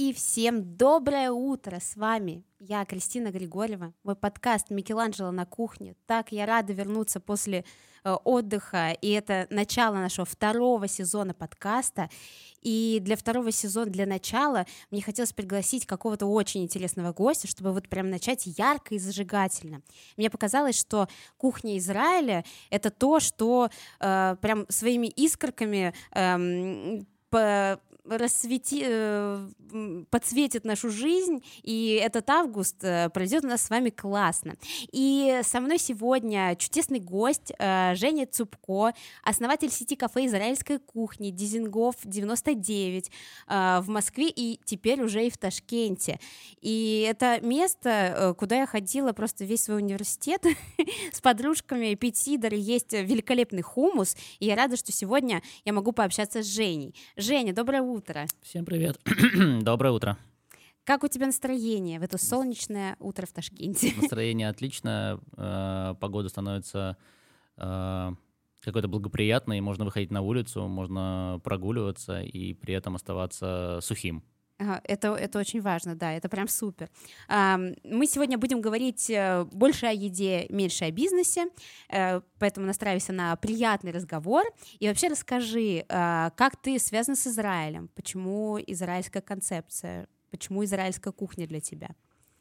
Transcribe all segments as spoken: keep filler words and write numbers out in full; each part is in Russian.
И всем доброе утро, с вами я, Кристина Григорьева, мой подкаст «Микеланджело на кухне». Так, я рада вернуться после э, отдыха, и это начало нашего второго сезона подкаста. И для второго сезона, для начала, мне хотелось пригласить какого-то очень интересного гостя, чтобы вот прям начать ярко и зажигательно. Мне показалось, что кухня Израиля — это то, что э, прям своими искорками э, по рассвети, э, подсветит нашу жизнь, и этот август э, пройдет у нас с вами классно. И со мной сегодня чудесный гость э, Женя Цупко, основатель сети кафе израильской кухни Дизингоф девяносто девять э, в Москве и теперь уже и в Ташкенте. И это место, э, куда я ходила просто весь свой университет с подружками пить сидр, и есть великолепный хумус, и я рада, что сегодня я могу пообщаться с Женей. Женя, доброе утро. Всем привет. Доброе утро. Как у тебя настроение в это солнечное утро в Ташкенте? Настроение отлично, погода становится какой-то благоприятной, можно выходить на улицу, можно прогуливаться и при этом оставаться сухим. Это, это очень важно, да, это прям супер. Мы сегодня будем говорить больше о еде, меньше о бизнесе, поэтому настраивайся на приятный разговор. И вообще расскажи, как ты связан с Израилем, почему израильская концепция, почему израильская кухня для тебя?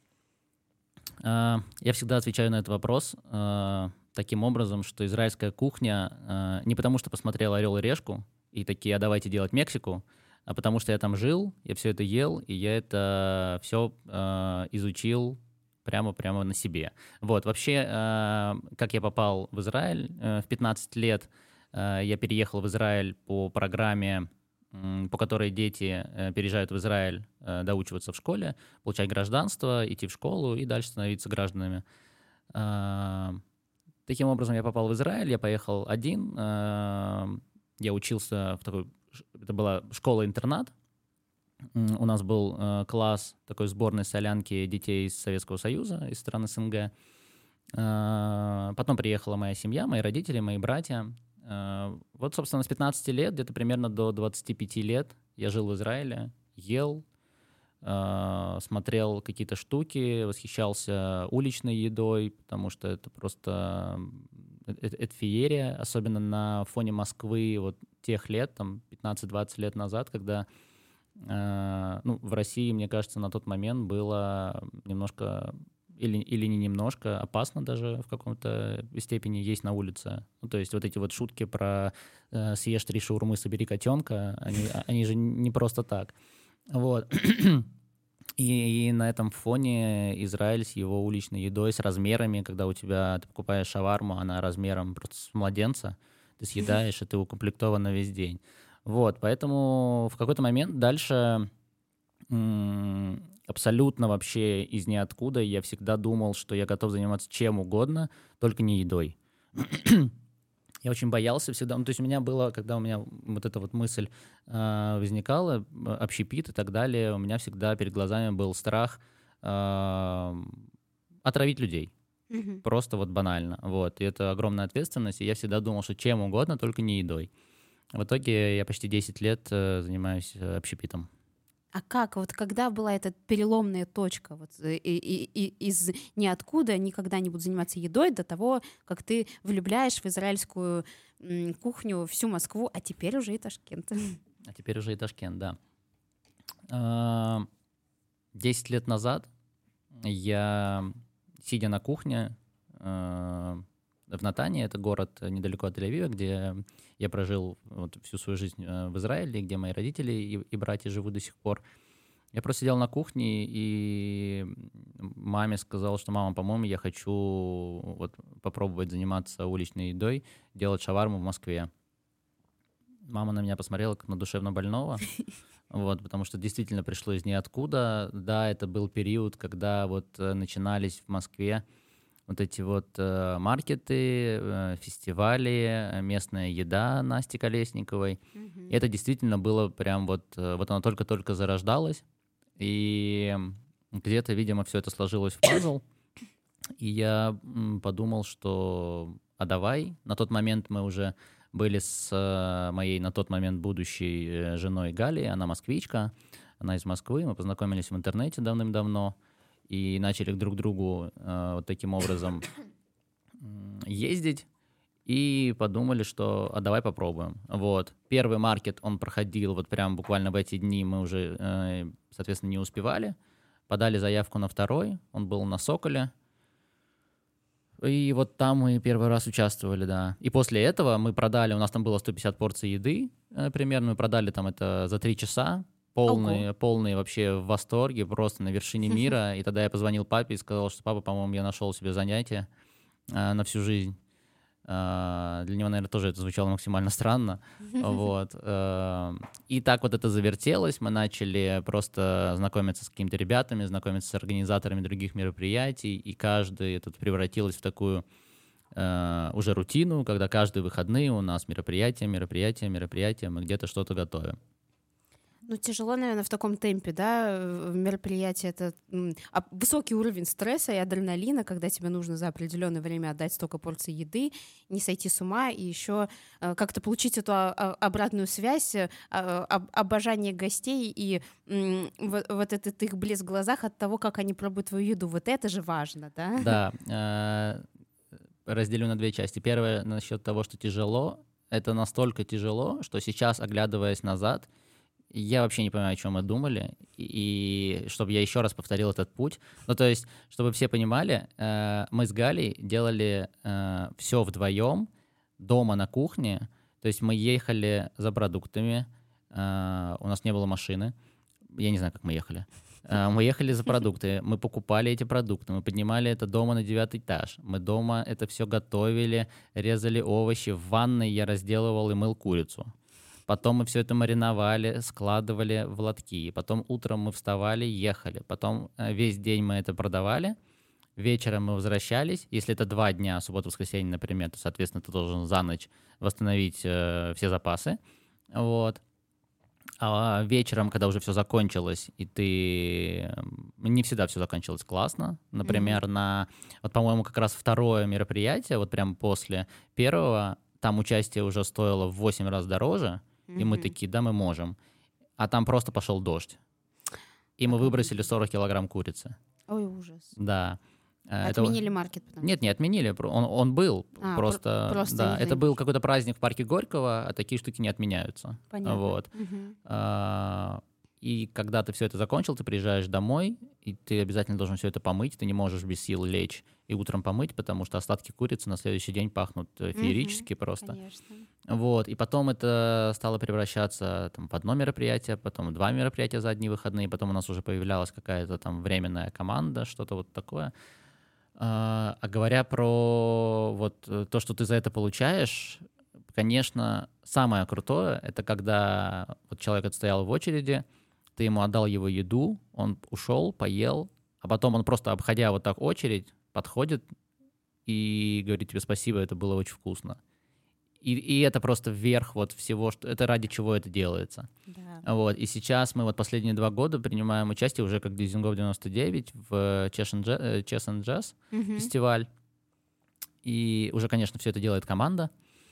Я всегда отвечаю на этот вопрос таким образом, что израильская кухня не потому, что посмотрел «Орел и решку» и такие, а давайте делать Мексику, а потому что я там жил, я все это ел, и я это все э, изучил прямо-прямо на себе. Вот, вообще, э, как я попал в Израиль, э, в пятнадцать лет э, я переехал в Израиль по программе, э, по которой дети э, переезжают в Израиль э, доучиваться в школе, получать гражданство, идти в школу и дальше становиться гражданами. Э, таким образом, я попал в Израиль, я поехал один, э, я учился в такой... Это была школа-интернат. У нас был э, класс такой сборной солянки детей из Советского Союза, из стран СНГ. Э, потом приехала моя семья, мои родители, мои братья. Э, вот, собственно, с пятнадцати лет, где-то примерно до двадцати пяти лет я жил в Израиле, ел, э, смотрел какие-то штуки, восхищался уличной едой, потому что это просто... Это, это феерия, особенно на фоне Москвы вот тех лет, там пятнадцать-двадцать лет назад, когда э, ну, в России, мне кажется, на тот момент было немножко, или, или не немножко, опасно даже в каком-то степени есть на улице. Ну, то есть вот эти вот шутки про э, «съешь три шаурмы, собери котенка», они, они же не просто так. Вот. И, и на этом фоне Израиль с его уличной едой, с размерами, когда у тебя, ты покупаешь шаварму, она размером просто с младенца, ты съедаешь, и ты укомплектован на весь день. Вот, поэтому в какой-то момент дальше м- абсолютно вообще из ниоткуда я всегда думал, что я готов заниматься чем угодно, только не едой. Я очень боялся всегда, ну, то есть у меня было, когда у меня вот эта вот мысль э, возникала, общепит и так далее, у меня всегда перед глазами был страх э, отравить людей. Mm-hmm. Просто вот банально. Вот. И это огромная ответственность, и я всегда думал, что чем угодно, только не едой. В итоге я почти десять лет э, занимаюсь общепитом. А как, вот когда была эта переломная точка, вот, и, и, и, из ниоткуда никогда не буду заниматься едой до того, как ты влюбляешь в израильскую м, кухню всю Москву, а теперь уже и Ташкент. А теперь уже и Ташкент, да. Десять лет назад я, сидя на кухне в Натане, это город недалеко от Тель-Авива, где я прожил вот всю свою жизнь в Израиле, где мои родители и, и братья живут до сих пор. Я просто сидел на кухне и маме сказал, что мама, по-моему, я хочу вот попробовать заниматься уличной едой, делать шаварму в Москве. Мама на меня посмотрела как на душевно больного, вот, потому что действительно пришло из ниоткуда. Да, это был период, когда вот начинались в Москве вот эти вот э, маркеты, э, фестивали, местная еда Насти Колесниковой. Mm-hmm. И это действительно было прям вот... Э, вот оно только-только зарождалось. И где-то, видимо, все это сложилось в пазл. И я м, подумал, что... А давай. На тот момент мы уже были с э, моей на тот момент будущей женой Галей. Она москвичка. она из Москвы, мы познакомились в интернете давным-давно и начали друг к другу э, вот таким образом ездить. И подумали, что а давай попробуем. Вот. Первый маркет, он проходил вот прям буквально в эти дни, мы уже, э, соответственно, не успевали. Подали заявку на второй, он был на Соколе. И вот там мы первый раз участвовали, да. И после этого мы продали, у нас там было сто пятьдесят порций еды э, примерно, мы продали там это за три часа. Полные, полные вообще в восторге, просто на вершине мира. И тогда я позвонил папе и сказал, что папа, по-моему, я нашел себе занятие э, на всю жизнь. Uh, для него, наверное, тоже это звучало максимально странно. Вот. Uh, и так вот это завертелось. Мы начали просто знакомиться с какими-то ребятами, знакомиться с организаторами других мероприятий, и каждый этот превратилось в такую uh, уже рутину, когда каждые выходные у нас мероприятия, мероприятия, мероприятия, мы где-то что-то готовим. Ну, тяжело, наверное, в таком темпе, да, мероприятие. Это а высокий уровень стресса и адреналина, когда тебе нужно за определенное время отдать столько порций еды, не сойти с ума и еще как-то получить эту обратную связь, обожание гостей и вот этот их блеск в глазах от того, как они пробуют твою еду. Вот это же важно, да? Да. Разделю на две части. Первое, насчет того, что тяжело. Это настолько тяжело, что сейчас, оглядываясь назад, я вообще не понимаю, о чем мы думали, и, и чтобы я еще раз повторил этот путь. Ну, то есть, чтобы все понимали, э, мы с Галей делали э, все вдвоем дома на кухне. То есть мы ехали за продуктами, э, у нас не было машины. Я не знаю, как мы ехали. Э, мы ехали за продукты, мы покупали эти продукты, мы поднимали это дома на девятый этаж. Мы дома это все готовили, резали овощи. В ванной я разделывал и мыл курицу. Потом мы все это мариновали, складывали в лотки. Потом утром мы вставали, ехали. Потом весь день мы это продавали. Вечером мы возвращались. Если это два дня, суббота-воскресенье, например, то, соответственно, ты должен за ночь восстановить э, все запасы. Вот. А вечером, когда уже все закончилось, и ты... Не всегда все закончилось классно. Например, mm-hmm. на... Вот, по-моему, как раз второе мероприятие, вот прям после первого, там участие уже стоило в восемь раз дороже. И мы такие, да, мы можем. А там просто пошел дождь. И мы выбросили сорок килограмм курицы. Ой, ужас. Да. Отменили это... маркет? Потому... Нет, не отменили. Он, он был. А, просто, просто да, это был какой-то праздник в парке Горького, а такие штуки не отменяются. Понятно. Вот. Угу. А, и когда ты все это закончил, ты приезжаешь домой, и ты обязательно должен все это помыть. Ты не можешь без сил лечь и утром помыть, потому что остатки курицы на следующий день пахнут феерически угу, просто. Конечно. Вот. И потом это стало превращаться там, в одно мероприятие, потом в два мероприятия за одни выходные, потом у нас уже появлялась какая-то там временная команда, что-то вот такое. А, а говоря про вот то, что ты за это получаешь, конечно, самое крутое — это когда вот человек отстоял в очереди, ты ему отдал его еду, он ушел, поел, а потом он просто, обходя вот так очередь, подходит и говорит тебе спасибо, это было очень вкусно. И, и это просто вверх вот всего, что это ради чего это делается. Да. Вот. И сейчас мы вот последние два года принимаем участие уже как Дизингофф девяносто девять в Chess and Jazz mm-hmm. фестиваль. И уже, конечно, все это делает команда.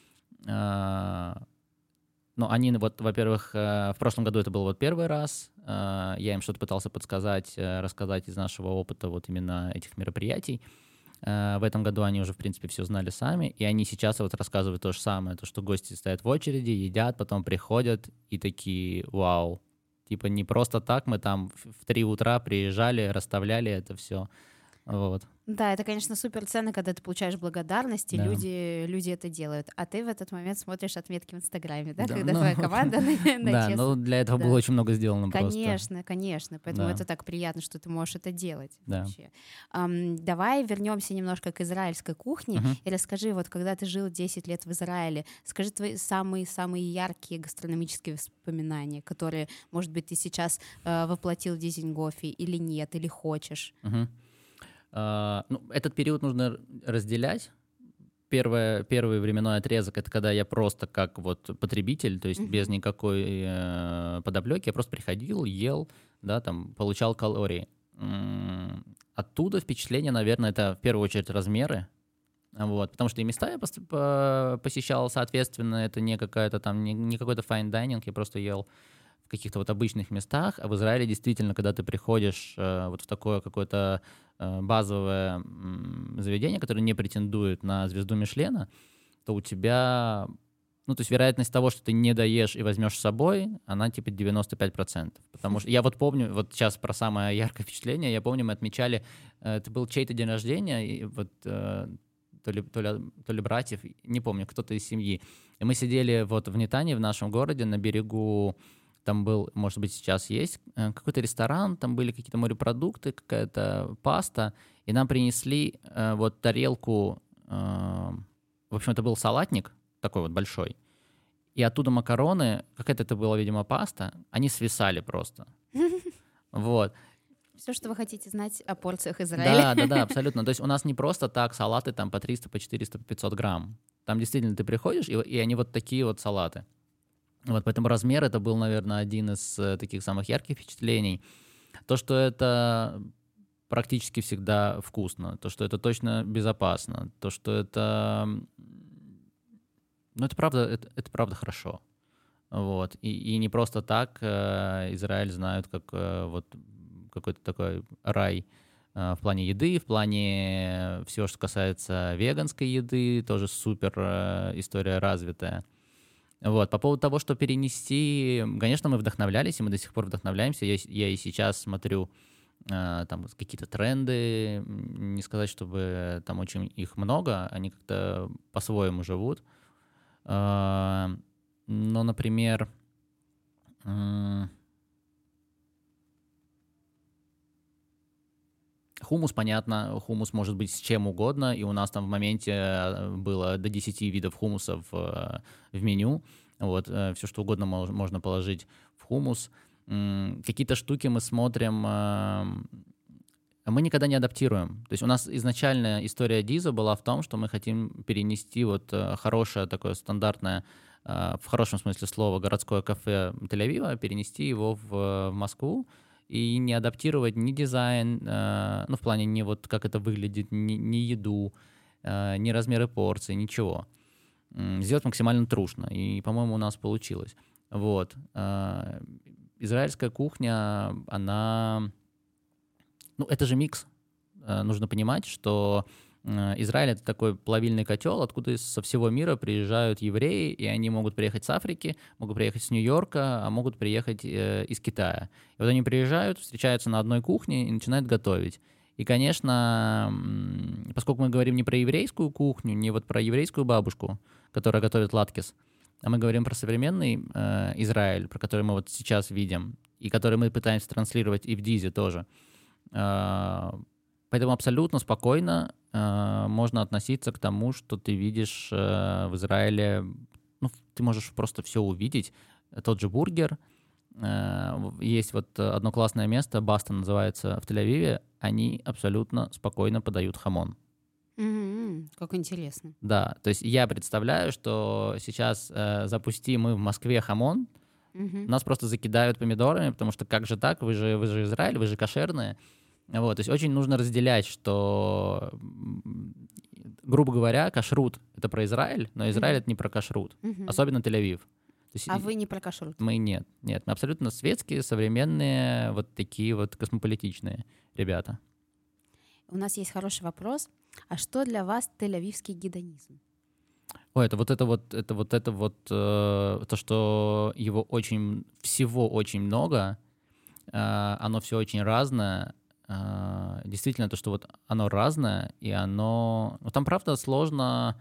Но они, вот, во-первых, в прошлом году это был вот первый раз. Я им что-то пытался подсказать, рассказать из нашего опыта вот именно этих мероприятий. В этом году они уже, в принципе, все знали сами, и они сейчас вот рассказывают то же самое, то, что гости стоят в очереди, едят, потом приходят и такие, вау, типа не просто так мы там в три утра приезжали, расставляли это все, вот. Да, это, конечно, супер ценно, когда ты получаешь благодарность, и да. люди, люди это делают. А ты в этот момент смотришь отметки в Инстаграме, да, да когда ну, твоя команда на Да, ну для этого да. было очень много сделано просто. Конечно, конечно, поэтому да. это так приятно, что ты можешь это делать да. вообще. Um, давай вернемся немножко к израильской кухне uh-huh. и расскажи, вот когда ты жил десять лет в Израиле, скажи твои самые-самые яркие гастрономические воспоминания, которые, может быть, ты сейчас uh, воплотил в Дизингоффе или нет, или хочешь. Uh-huh. Uh, ну, этот период нужно разделять. Первое, первый временной отрезок — это когда я просто как вот потребитель, то есть uh-huh. без никакой э, подоплеки, я просто приходил, ел, да, там, получал калории. М-м, оттуда впечатление, наверное, это в первую очередь размеры, вот, потому что и места я пос- по- посещал, соответственно, это не какая-то там, не, не какой-то fine dining, я просто ел в каких-то вот обычных местах, а в Израиле действительно, когда ты приходишь э, вот в такое какое-то э, базовое м, заведение, которое не претендует на звезду Мишлена, то у тебя, ну, то есть вероятность того, что ты не доешь и возьмешь с собой, она типа девяносто пять процентов. Потому что я вот помню, вот сейчас про самое яркое впечатление, я помню, мы отмечали, э, это был чей-то день рождения, и вот э, то ли, то ли, то ли братьев, не помню, кто-то из семьи. И мы сидели вот в Нетане, в нашем городе, на берегу. Там был, может быть, сейчас есть э, какой-то ресторан, там были какие-то морепродукты, какая-то паста, и нам принесли э, вот тарелку, э, в общем, это был салатник такой вот большой, и оттуда макароны, какая-то это была, видимо, паста, они свисали просто. Вот. Все, что вы хотите знать о порциях Израиля. Да, да, да, абсолютно. То есть у нас не просто так салаты там по триста, по четыреста, по пятьсот грамм. Там действительно ты приходишь, и, и они вот такие вот салаты. Вот, поэтому размер это был, наверное, один из э, таких самых ярких впечатлений. То, что это практически всегда вкусно, то, что это точно безопасно, то, что это... Ну, это правда, это, это правда хорошо. Вот. И, и не просто так э, Израиль знают как э, вот какой-то такой рай э, в плане еды, в плане всего, что касается веганской еды, тоже супер э, история развитая. Вот. По поводу того, что перенести, конечно, мы вдохновлялись, и мы до сих пор вдохновляемся. Я, я и сейчас смотрю э, там какие-то тренды, не сказать, чтобы там очень их много, они как-то по-своему живут. Э, но, например, э, хумус, понятно, хумус может быть с чем угодно, и у нас там в моменте было до десяти видов хумусов в, в меню. Вот, все что угодно мож, можно положить в хумус. Какие-то штуки мы смотрим, мы никогда не адаптируем. То есть у нас изначальная история Диза была в том, что мы хотим перенести вот хорошее такое стандартное, в хорошем смысле слова, городское кафе Тель-Авива, перенести его в, в Москву, и не адаптировать ни дизайн, э, ну, в плане не вот как это выглядит, ни, ни еду, э, ни размеры порций, ничего. Сделать максимально трушно. И, по-моему, у нас получилось. Вот. Э, израильская кухня, она... Ну, это же микс. Э, нужно понимать, что Израиль — это такой плавильный котел, откуда со всего мира приезжают евреи, и они могут приехать с Африки, могут приехать с Нью-Йорка, а могут приехать э, из Китая. И вот они приезжают, встречаются на одной кухне и начинают готовить. И, конечно, поскольку мы говорим не про еврейскую кухню, не вот про еврейскую бабушку, которая готовит латкис, а мы говорим про современный э, Израиль, про который мы вот сейчас видим, и который мы пытаемся транслировать и в Дизе тоже. Э, поэтому абсолютно спокойно э, можно относиться к тому, что ты видишь э, в Израиле. Ну, ты можешь просто все увидеть. Тот же бургер. Э, есть вот одно классное место, Баста называется, в Тель-Авиве. Они абсолютно спокойно подают хамон. Mm-hmm. Как интересно. Да, то есть я представляю, что сейчас э, запустим мы в Москве хамон, mm-hmm. нас просто закидают помидорами, потому что как же так, вы же, вы же Израиль, вы же кошерные. Вот, то есть очень нужно разделять, что, грубо говоря, кашрут — это про Израиль, но Израиль mm-hmm. — это не про кашрут, mm-hmm. особенно Тель-Авив. То есть а вы не про кашрут? Мы нет, нет, мы абсолютно светские, современные, вот такие вот космополитичные ребята. У нас есть хороший вопрос. А что для вас тель-авивский гедонизм? Ой, это вот это вот, это вот это вот, э, то, что его очень, всего очень много, э, оно все очень разное. Uh, действительно, то, что вот оно разное, и оно... Ну, там, правда, сложно...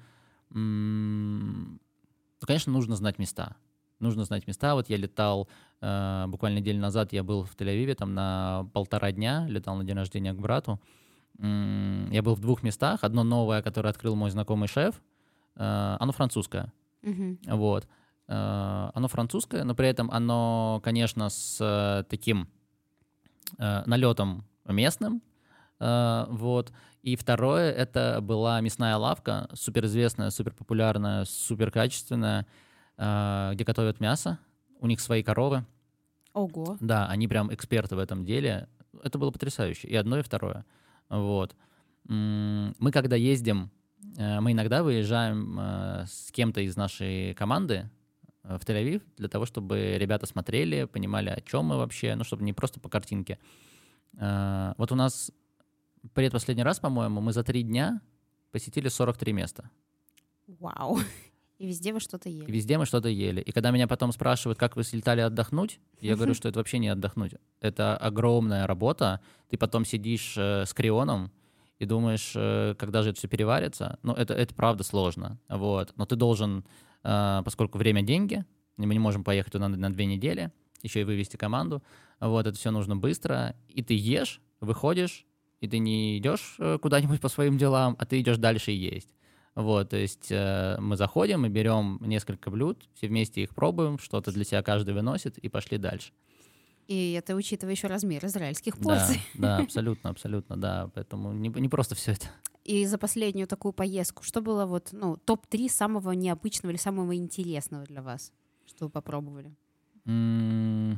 М- ну, конечно, нужно знать места. Нужно знать места. Вот я летал uh, буквально неделю назад, я был в Тель-Авиве, там на полтора дня, летал на день рождения к брату. М- я был в двух местах. Одно новое, которое открыл мой знакомый шеф, uh, оно французское. Mm-hmm. Вот. Uh, оно французское, но при этом оно, конечно, с uh, таким uh, налетом местным, э, вот. И второе, это была мясная лавка, суперизвестная, суперпопулярная, суперкачественная, э, где готовят мясо. У них свои коровы. Ого. Да, они прям эксперты в этом деле. Это было потрясающе. И одно, и второе. Вот. Мы когда ездим, мы иногда выезжаем с кем-то из нашей команды в Тель-Авив для того, чтобы ребята смотрели, понимали, о чем мы вообще, ну, чтобы не просто по картинке. Вот у нас предпоследний раз, по-моему, мы за три дня посетили сорок три места. Вау. И везде вы что-то ели. И везде мы что-то ели. И когда меня потом спрашивают, как вы слетали отдохнуть, я говорю, что это вообще не отдохнуть. Это огромная работа. Ты потом сидишь э, с Крионом и думаешь, э, когда же это все переварится. Ну, это, это правда сложно. Вот. Но ты должен, э, поскольку время — деньги, мы не можем поехать туда на, на две недели, еще и вывести команду. Вот, это все нужно быстро. И ты ешь, выходишь, и ты не идешь куда-нибудь по своим делам, а ты идешь дальше и есть. Вот, то есть э, мы заходим, мы берем несколько блюд, все вместе их пробуем, что-то для себя каждый выносит, и пошли дальше. И это учитывая еще размер израильских порций. Да, да, абсолютно, абсолютно, да. Поэтому не, не просто все это. И за последнюю такую поездку, что было вот, ну, топ три самого необычного или самого интересного для вас, что вы попробовали? М-м-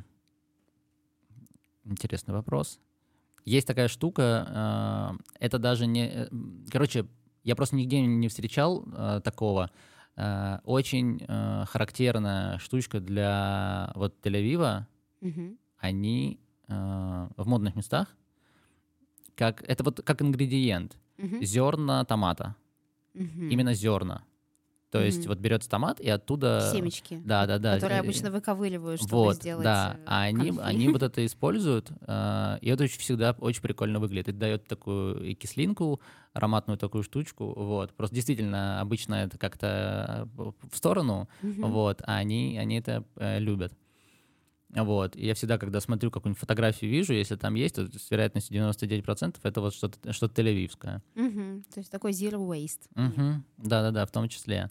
интересный вопрос. Есть такая штука, э, это даже не... Короче, я просто нигде не встречал э, такого. Э, очень э, характерная штучка для вот Тель-Авива. Угу. Они э, в модных местах, как, это вот как ингредиент. Угу. Зерна томата. Угу. Именно зерна. То есть Мгм. вот берется томат, и оттуда... Семечки, Да, да, да. которые э, обычно выковыривают, чтобы Вот, сделать да. э, А они, конфи. они вот это используют, э, и это очень, всегда очень прикольно выглядит. Это дает такую и кислинку, ароматную такую штучку. Вот. Просто действительно обычно это как-то в сторону, Мгм. вот, а они, они это э, любят. Вот. И я всегда, когда смотрю какую-нибудь фотографию, вижу, если там есть, то с вероятностью девяносто девять процентов это вот что-то, что-то тель-авивское. Мгм. То есть такой zero waste. Мгм. Да-да-да, в том числе.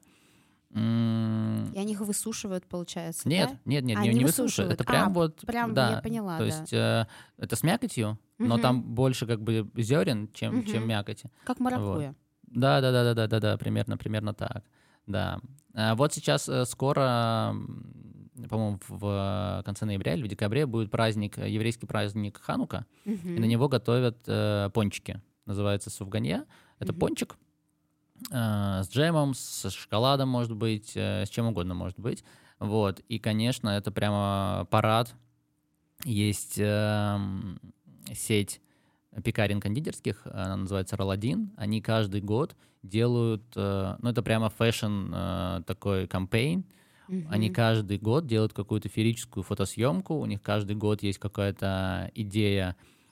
М, И они их высушивают, получается, Нет, да? нет, нет, А, не, не не высушивают. Это прям А, вот, прям, да. я поняла, То да. есть э, это с мякотью, но Мгм. там больше как бы зерен, чем, чем Мгм. мякоти. Как маракуйя. Да, да, да, да, да, да, да, примерно, примерно так. Да. А вот сейчас э, скоро, м, по-моему, в конце ноября или в декабре будет праздник, э, еврейский праздник Ханука, и на Мгм. него готовят э, пончики. Называется суфганья. Это Мгм. пончик э, с джемом, с шоколадом, может быть, э, с чем угодно может быть. Вот. И, конечно, это прямо парад. Есть эм, сеть пекарен кондитерских, она называется Роладин. Они каждый год делают, э, ну это прямо фэшн э, такой кампейн. Они Мгм. каждый год делают какую-то феерическую фотосъемку, у них каждый год есть какая-то идея,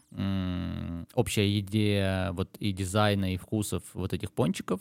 м, общая идея вот и дизайна, и вкусов вот этих пончиков.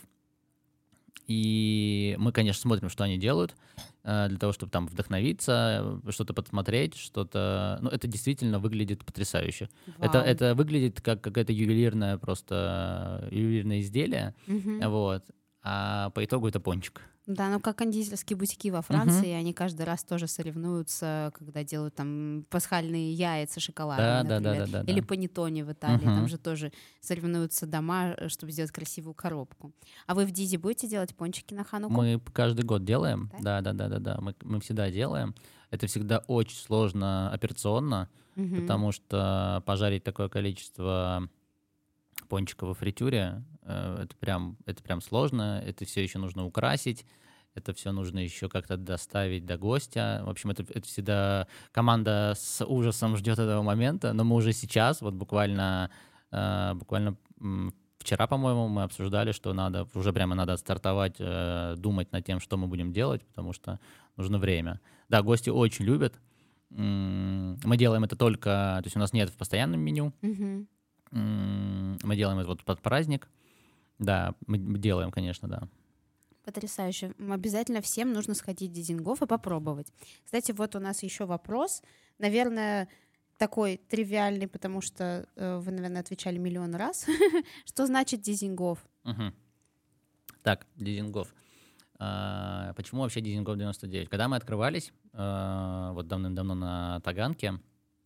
И мы, конечно, смотрим, что они делают, э, для того, чтобы там вдохновиться, э, что-то подсмотреть, что-то... Ну, это действительно выглядит потрясающе. Это, Вау. это выглядит как какое-то ювелирное просто ювелирное изделие, Мгм. вот. А по итогу это пончик. Да, ну как кондитерские бутики во Франции, они каждый раз тоже соревнуются, когда делают там пасхальные яйца шоколадные, Да, да, да, например, да, да, или да. панеттоне в Италии, там Мгм. же тоже соревнуются дома, э, чтобы сделать красивую коробку. А вы в Дизе будете делать пончики на Хануку? Мы каждый год делаем. Да? Да, да, да, да, да. Мы, мы всегда делаем. Это всегда очень сложно операционно, Мгм. потому что пожарить такое количество пончиков во фритюре, э, это прям, это прям сложно. Это все еще нужно украсить. Это все нужно еще как-то доставить до гостя. В общем, это, это всегда команда с ужасом ждет этого момента. Но мы уже сейчас, вот буквально, э, буквально м, вчера, по-моему, мы обсуждали, что надо уже прямо надо стартовать, э, думать над тем, что мы будем делать, потому что нужно время. Да, гости очень любят. М, Мы делаем это только, то есть у нас нет в постоянном меню. Мгм. М, Мы делаем это вот под праздник. Да, мы мы делаем, конечно, да. Потрясающе. М, Обязательно всем нужно сходить в Дизингоф и попробовать. Кстати, вот у нас еще вопрос. Наверное, такой тривиальный, потому что э, вы, наверное, отвечали миллион раз. Что значит Дизингоф? Мгм. Так, Дизингоф. А, Почему вообще Дизингоф девяносто девять? Когда мы открывались, а, вот давным-давно на Таганке,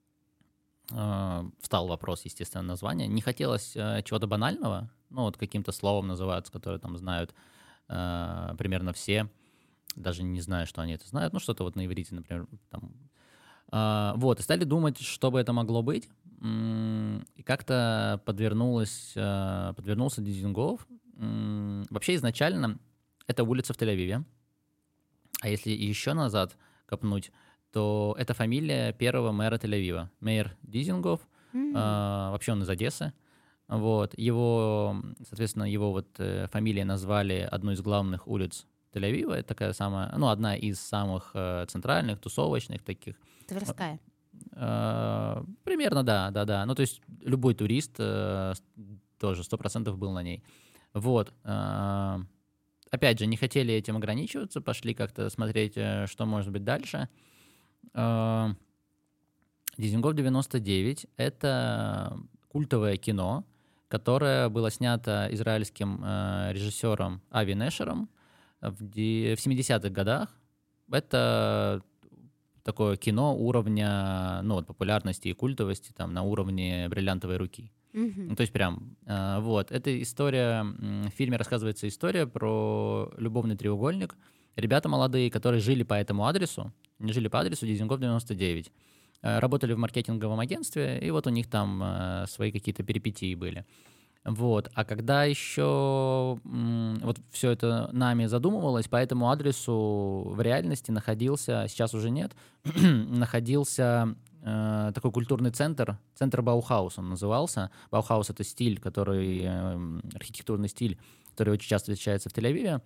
а, встал вопрос, естественно, названия. Не хотелось а, чего-то банального, ну вот каким-то словом называться, которое там знают а, примерно все, даже не знаю, что они это знают, ну что-то вот на иврите, например, там. А, Вот, и стали думать, что бы это могло быть, М, и как-то подвернулось, а, подвернулся Дизингоф. М, Вообще изначально это улица в Тель-Авиве, а если еще назад, копнуть, то это фамилия первого мэра Тель-Авива. Мэр Дизингоф, М. а, вообще он из Одессы. Вот. Его, соответственно, его вот э, фамилией назвали одну из главных улиц Тель-Авива. Это такая самая, ну, одна из самых э, центральных, тусовочных таких. Тверская. Э, примерно, да, да, да. Ну, то есть любой турист э, с- тоже сто процентов был на ней. Вот. э, Опять же, не хотели этим ограничиваться, пошли как-то смотреть, э, что может быть дальше. Э, Дизингоф девяносто девять — это культовое кино, которое было снято израильским э, режиссером Ави Нешером в, де- в семидесятых годах. Это такое кино уровня, ну, вот, популярности и культовости там, на уровне «Бриллиантовой руки». Мгм. Ну, то есть прям, э, вот, эта история, м, в фильме рассказывается история про любовный треугольник. Ребята молодые, которые жили по этому адресу, не жили по адресу Дизингоф девяносто девять, э, работали в маркетинговом агентстве, и вот у них там э, свои какие-то перипетии были. Вот. А когда еще м, вот все это нами задумывалось, по этому адресу в реальности находился, сейчас уже нет, находился э, такой культурный центр, центр Баухаус он назывался. Баухаус — это стиль, который, э, архитектурный стиль, который очень часто встречается в Тель-Авиве.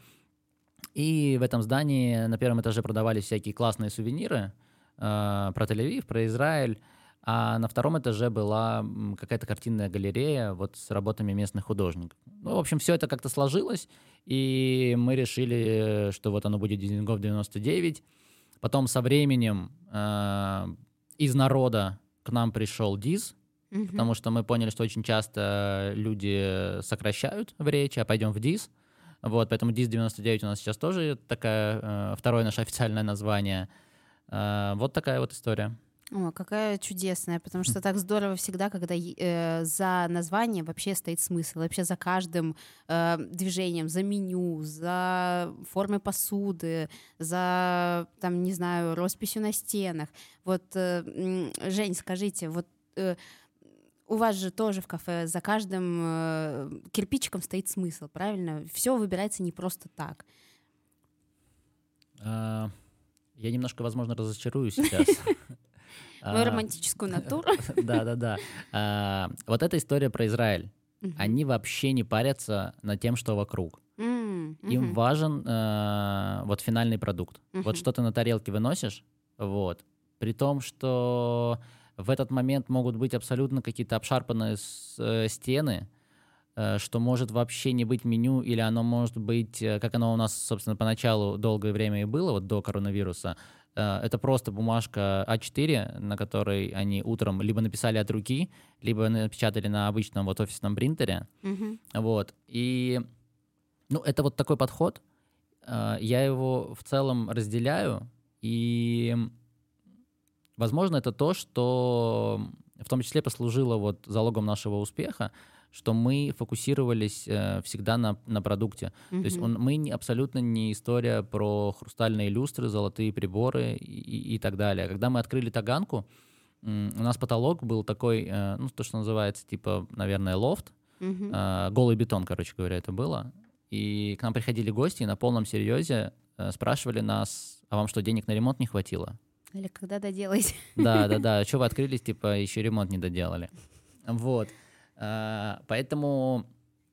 И в этом здании на первом этаже продавались всякие классные сувениры э, про Тель-Авив, про Израиль. А на втором этаже была м, какая-то картинная галерея вот с работами местных художников. Ну, в общем, все это как-то сложилось, и мы решили, что вот оно будет Дизингоф девяносто девять. Потом со временем э, из народа к нам пришел Диз, Мгм. потому что мы поняли, что очень часто люди сокращают в речи, а пойдем в Диз. Вот, поэтому Диз девяносто девять у нас сейчас тоже такая, э, второе наше официальное название. Э, вот такая вот история. О, какая чудесная, потому что так здорово всегда, когда е- э, за названием вообще стоит смысл, вообще за каждым э, движением, за меню, за формой посуды, за, там, не знаю, росписью на стенах. Вот, э, м, Жень, скажите, вот э, у вас же тоже в кафе за каждым э, кирпичиком стоит смысл, правильно? Все выбирается не просто так. А, Я немножко, возможно, разочарую сейчас. Мою А, романтическую натуру. Да-да-да. А, Вот эта история про Израиль. Мгм. Они вообще не парятся над тем, что вокруг. М, Им мгм, важен э, вот финальный продукт. мгм. Вот что ты на тарелке выносишь, вот. При том, что в этот момент могут быть абсолютно какие-то обшарпанные с- э, стены, э, что может вообще не быть меню, или оно может быть, э, как оно у нас, собственно, поначалу долгое время и было, вот до коронавируса. Э, Это просто бумажка а четыре, на которой они утром либо написали от руки, либо напечатали на обычном вот офисном принтере. Мгм. Вот. И, ну, это вот такой подход. Э, Я его в целом разделяю, и, возможно, это то, что в том числе послужило вот залогом нашего успеха, что мы фокусировались э, всегда на, на продукте. То есть Мгм. он, мы не, абсолютно не история про хрустальные люстры, золотые приборы и, и- и так далее. Когда мы открыли Таганку, м, у нас потолок был такой, э, ну, то, что называется, типа, наверное, лофт, Мгм. э, голый бетон, короче говоря, это было. И к нам приходили гости и на полном серьезе э, спрашивали нас, а вам что, денег на ремонт не хватило? Или когда доделаете? Да, да, да. Что вы открылись, типа, еще ремонт не доделали. Вот. А, Поэтому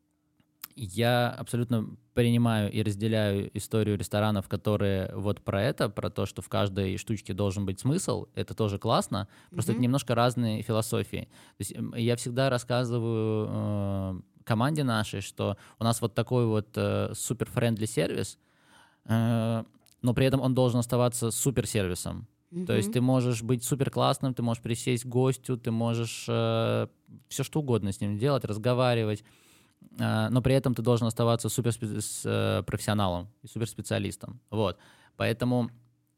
я абсолютно принимаю и разделяю историю ресторанов, которые вот про это, про то, что в каждой штучке должен быть смысл. Это тоже классно. Просто это Мгм. немножко разные философии. То есть м, я всегда рассказываю э, команде нашей, что у нас вот такой вот э, супер-френдли сервис, э, но при этом он должен оставаться супер-сервисом. То есть Мгм. ты можешь быть супер классным, ты можешь присесть к гостю, ты можешь э, все что угодно с ним делать, разговаривать, э, но при этом ты должен оставаться супер профессионалом и суперспециалистом. Вот. Поэтому,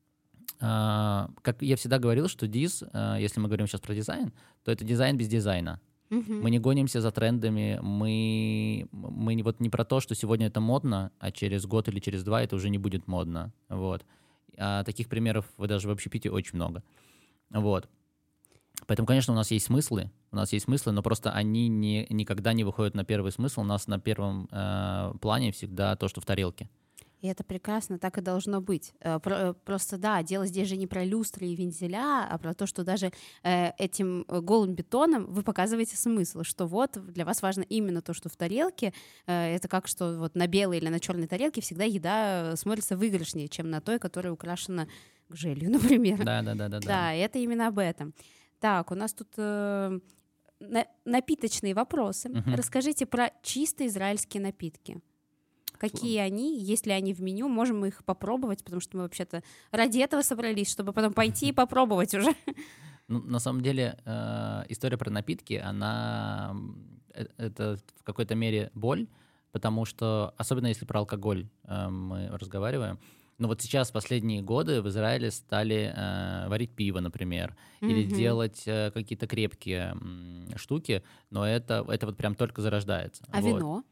э, как я всегда говорил, что диз, э, если мы говорим сейчас про дизайн, то это дизайн без дизайна. Мгм. Мы не гонимся за трендами, мы, мы не, вот не про то, что сегодня это модно, а через год или через два это уже не будет модно. Вот. А таких примеров вы даже в общепите очень много. Вот. Поэтому, конечно, у нас есть смыслы, у нас есть смыслы, но просто они не, никогда не выходят на первый смысл. У нас на первом э, плане всегда то, что в тарелке. И это прекрасно, так и должно быть. Просто да, дело здесь же не про люстры и вензеля, а про то, что даже этим голым бетоном вы показываете смысл, что вот для вас важно именно то, что в тарелке. Это как что вот на белой или на черной тарелке всегда еда смотрится выигрышнее, чем на той, которая украшена гжелью, например. Да, да, да, да. Да, это именно об этом. Так, у нас тут э, на, напиточные вопросы. Угу. Расскажите про чисто израильские напитки. Какие они, есть ли они в меню, можем мы их попробовать, потому что мы вообще-то ради этого собрались, чтобы потом пойти и попробовать уже. Ну, на самом деле, э, история про напитки, она э, это в какой-то мере боль, потому что, особенно если про алкоголь э, мы разговариваем, но вот сейчас, в последние годы, в Израиле стали э, варить пиво, например, mm-hmm. или делать э, какие-то крепкие м, штуки, но это, это вот прям только зарождается. А вот. вино?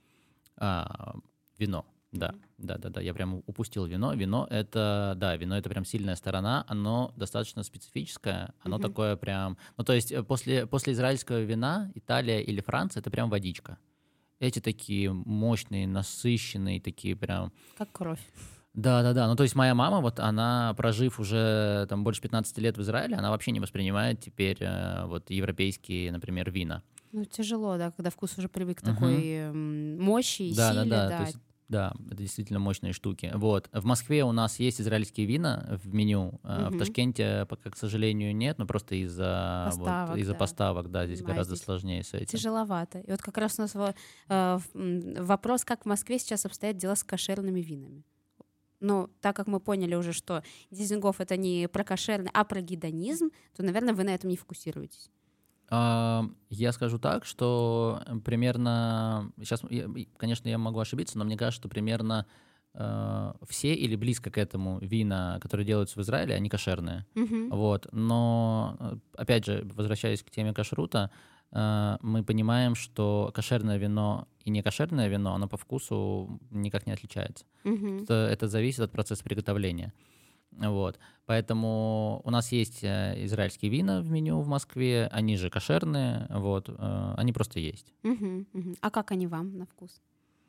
А, вино, да, да, да, да. Я прям упустил вино. Вино это, да, вино это прям сильная сторона. Оно достаточно специфическое. Оно mm-hmm. такое прям, ну то есть после после израильского вина Италия или Франция это прям водичка. Эти такие мощные, насыщенные, такие прям. Как кровь. Да, да, да. Ну, то есть моя мама, вот она, прожив уже там больше пятнадцати лет в Израиле, она вообще не воспринимает теперь э, вот европейские, например, вина. Ну, тяжело, да, когда вкус уже привык к uh-huh. такой э, мощи и да, силе. Да, да, да. То есть, да, это действительно мощные штуки. Вот. В Москве у нас есть израильские вина в меню. Uh-huh. В Ташкенте пока, к сожалению, нет, но просто из-за поставок, вот, из-за да. поставок, да, здесь а гораздо здесь сложнее с этим. Тяжеловато. И вот как раз у нас э, вопрос, как в Москве сейчас обстоят дела с кошерными винами. Но так как мы поняли уже, что Дизингоф — это не про кошерный, а про гедонизм, то, наверное, вы на этом не фокусируетесь. Uh, я скажу так, что примерно, сейчас, конечно, я могу ошибиться, но мне кажется, что примерно uh, все или близко к этому вина, которые делаются в Израиле, они кошерные. Mm-hmm. Вот. Но, опять же, возвращаясь к теме кашрута, uh, мы понимаем, что кошерное вино и некошерное вино, оно по вкусу никак не отличается. Mm-hmm. Это, это зависит от процесса приготовления. Вот. Поэтому у нас есть э, израильские вина в меню в Москве, они же кошерные, вот, э, они просто есть. Uh-huh, uh-huh. А как они вам на вкус?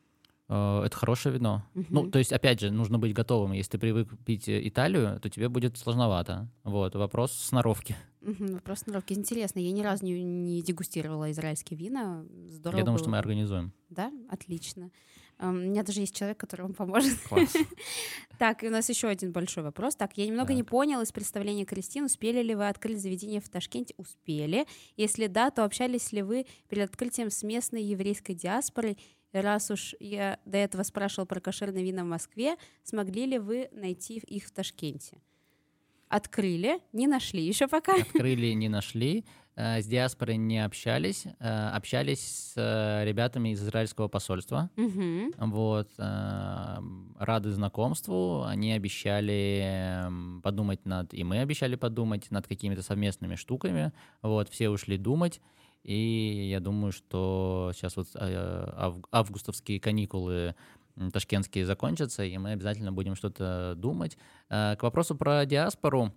Э, это хорошее вино. Uh-huh. Ну, то есть, опять же, нужно быть готовым. Если ты привык пить Италию, то тебе будет сложновато. Вот, вопрос сноровки. Uh-huh, вопрос сноровки. Интересно, я ни разу не, не дегустировала израильские вина. Здорово Я думаю, было. что мы организуем. Да? Отлично. Um, у меня даже есть человек, который вам поможет. Класс. Так, и у нас еще один большой вопрос. Так, я немного так. не поняла из представления Кристины, успели ли вы открыть заведение в Ташкенте? Успели. Если да, то общались ли вы перед открытием с местной еврейской диаспорой? Раз уж я до этого спрашивала про кошерные вина в Москве, смогли ли вы найти их в Ташкенте? Открыли, не нашли еще пока. Открыли, не нашли. С диаспорой не общались. Общались с ребятами из израильского посольства. Угу. Вот. Рады знакомству. Они обещали подумать над... И мы обещали подумать над какими-то совместными штуками. Вот. Все ушли думать. И я думаю, что сейчас вот августовские каникулы ташкентские закончатся, и мы обязательно будем что-то думать. К вопросу про диаспору.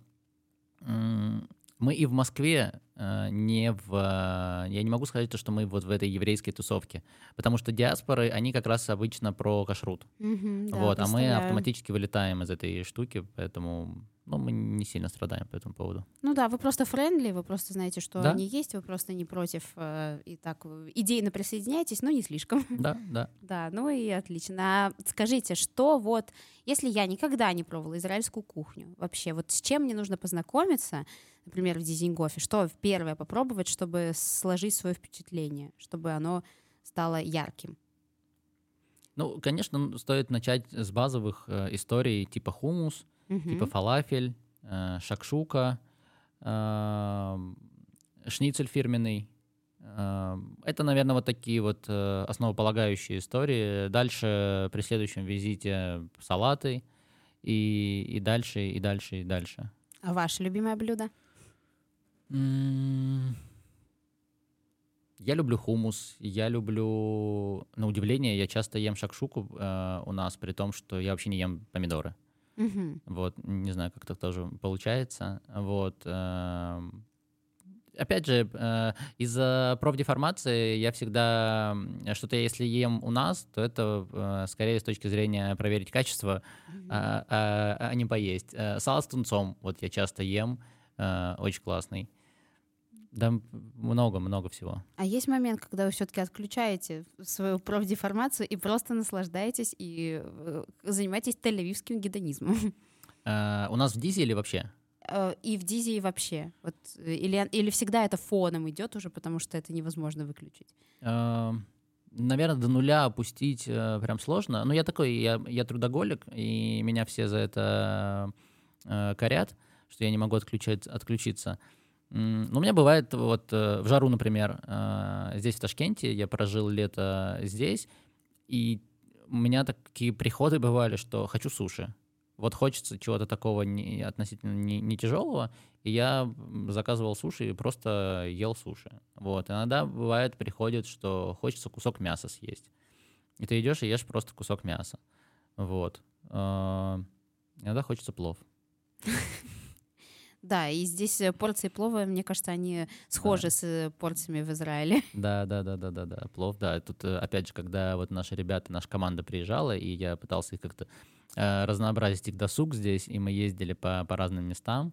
Мы и в Москве не в... Я не могу сказать, что мы вот в этой еврейской тусовке, потому что диаспоры, они как раз обычно про кашрут. Mm-hmm, да, вот, а мы автоматически вылетаем из этой штуки, поэтому ну, мы не сильно страдаем по этому поводу. Ну да, вы просто френдли, вы просто знаете, что да? они есть, вы просто не против, э, и так идейно присоединяетесь, но не слишком. Да, да. Да, ну и отлично. А скажите, что вот, если я никогда не пробовала израильскую кухню, вообще, вот с чем мне нужно познакомиться, например, в Дизингофе, что первое попробовать, чтобы сложить свое впечатление, чтобы оно стало ярким? Ну, конечно, стоит начать с базовых э, историй типа хумус, uh-huh. типа фалафель, э, шакшука, э, шницель фирменный. Э, это, наверное, вот такие вот э, основополагающие истории. Дальше при следующем визите салаты и, и дальше, и дальше, и дальше. А ваше любимое блюдо? Mm-hmm. Я люблю хумус, я люблю, на удивление, я часто ем шакшуку э, у нас, при том, что я вообще не ем помидоры. Uh-huh. Вот, не знаю, как так тоже получается. Вот. Э, Опять же, э, из-за профдеформации я всегда м, что-то, если ем у нас, то это э, скорее с точки зрения проверить качество, Мгм. а, а- а не поесть. Э, Салат с тунцом, вот я часто ем, э, очень классный. Да, много-много всего. А есть момент, когда вы все-таки отключаете свою профдеформацию и просто наслаждаетесь и э, занимаетесь тель-авивским гедонизмом. Э, У нас в Дизе или вообще? Э, И в Дизе, и вообще. Вот, э, или, или всегда это фоном идет уже, потому что это невозможно выключить. Наверное, до нуля опустить э, прям сложно. Но я такой, я, я трудоголик, и меня все за это э, корят, что я не могу отключать, отключиться. М, Но у меня бывает вот э, в жару, например, э, здесь в Ташкенте, я прожил лето здесь, и у меня такие приходы бывали, что хочу суши. Вот хочется чего-то такого не, относительно не, не тяжелого, и я м, заказывал суши и просто ел суши. Вот. Иногда бывает, приходит, что хочется кусок мяса съесть. И ты идешь и ешь просто кусок мяса. Вот. А, Иногда хочется плов. Да, и здесь э, порции плова, мне кажется, они Да. схожи с э, порциями в Израиле. Да, да, да, да, да, да, плов, да. Тут, э, опять же, когда вот наши ребята, наша команда приезжала, и я пытался их как-то э, разнообразить их досуг здесь, и мы ездили по, по разным местам,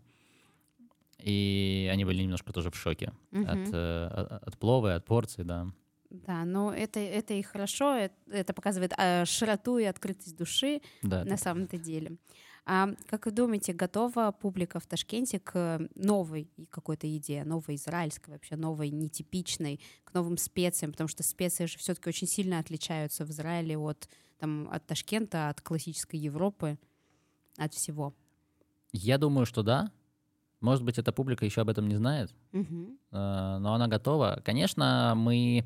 и они были немножко тоже в шоке от, Мгм. э, от, от плова и от порции, да. Да, но это, это и хорошо, э- это показывает э, широту и открытость души Да, это на правда. самом-то деле. А как вы думаете, готова публика в Ташкенте к новой и какой-то еде, новой израильской вообще, новой, нетипичной, к новым специям? Потому что специи же все-таки очень сильно отличаются в Израиле от, там, от Ташкента, от классической Европы, от всего. Я думаю, что да. Может быть, эта публика еще об этом не знает, Мгм. э, но она готова. Конечно, мы...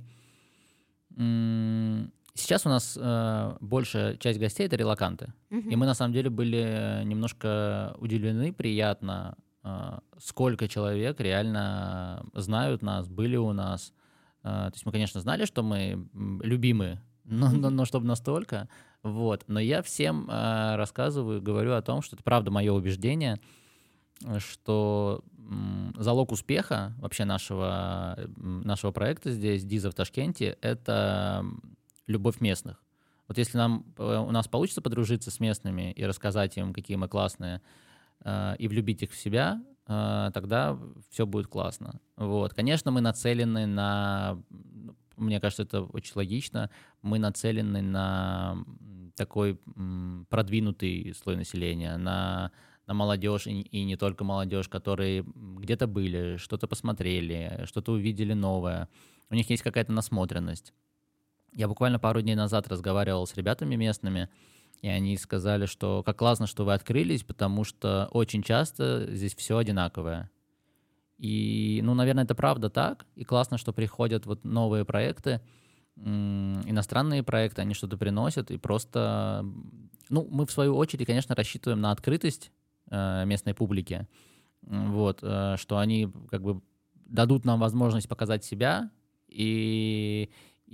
м, Сейчас у нас э, большая часть гостей — это релоканты. И Мгм. мы, на самом деле, были немножко удивлены, приятно, э, сколько человек реально знают нас, были у нас. Э, То есть мы, конечно, знали, что мы м, любимы, но, но, но чтобы настолько. Вот. Но я всем э, рассказываю, говорю о том, что это правда мое убеждение, э, что м, залог успеха вообще нашего, м, нашего проекта здесь, Диза в Ташкенте, это м, любовь местных. Вот если нам, э, у нас получится подружиться с местными и рассказать им, какие мы классные, э, и влюбить их в себя, э, тогда все будет классно. Вот. Конечно, мы нацелены на, м, мне кажется, это очень логично, мы нацелены на м, такой м, продвинутый слой населения, на на молодежь, и, и не только молодежь, которые м, где-то были, что-то посмотрели, что-то увидели новое. У них есть какая-то насмотренность. Я буквально пару дней назад разговаривал с ребятами местными, и они сказали, что как классно, что вы открылись, потому что очень часто здесь все одинаковое. И, ну, наверное, это правда так. И классно, что приходят вот новые проекты, м, иностранные проекты, они что-то приносят, и просто, м, ну, мы в свою очередь, конечно, рассчитываем на открытость э, местной публики, М, вот, э, что они как бы дадут нам возможность показать себя и,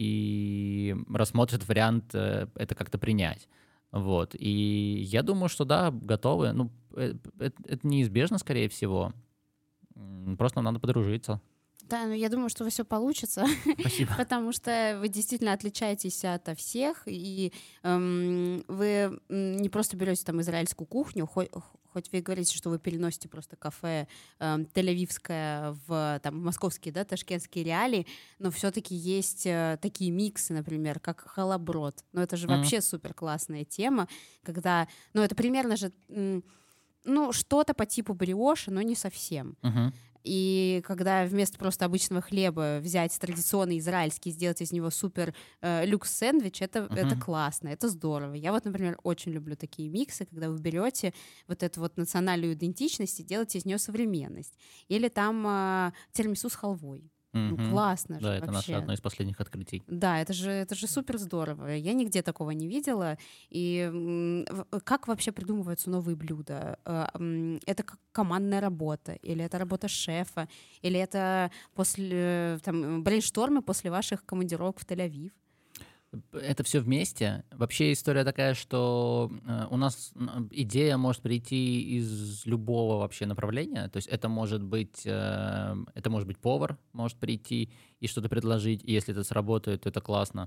и рассмотрят вариант э, это как-то принять. Вот. И я думаю, что да, готовы. Ну, э, э, это неизбежно, скорее всего. М, Просто нам надо подружиться. Да, но я думаю, что все получится, Спасибо. потому что вы действительно отличаетесь ото всех, и эм, вы м, не просто берете там израильскую кухню, хоть, хоть вы и говорите, что вы переносите просто кафе эм, тель-авивское в там, московские, да, ташкентские реалии, но все-таки есть э, такие миксы, например, как халаброд. Но это же М, вообще супер классная тема, когда, ну это примерно же, м, ну что-то по типу бриоши, но не совсем. мгм. И когда вместо просто обычного хлеба взять традиционный израильский, сделать из него супер э, люкс-сэндвич, это, это Мгм. классно, это здорово. Я вот, например, очень люблю такие миксы, когда вы берете вот эту вот национальную идентичность и делаете из нее современность. Или там э, тирамису с халвой. Ну, Мгм. классно же Да, это наше вообще. одно из последних открытий. Да, это же, это же супер здорово. Я нигде такого не видела. И м, в- как вообще придумываются новые блюда? Э, м, Это как командная работа? Или это работа шефа? Или это после там, брейнштормы после ваших командировок в Тель-Авив? Это все вместе. Вообще история такая, что э, у нас м, идея может прийти из любого вообще направления. То есть это может быть, э, это может быть повар, может прийти и что-то предложить. И если это сработает, то это классно.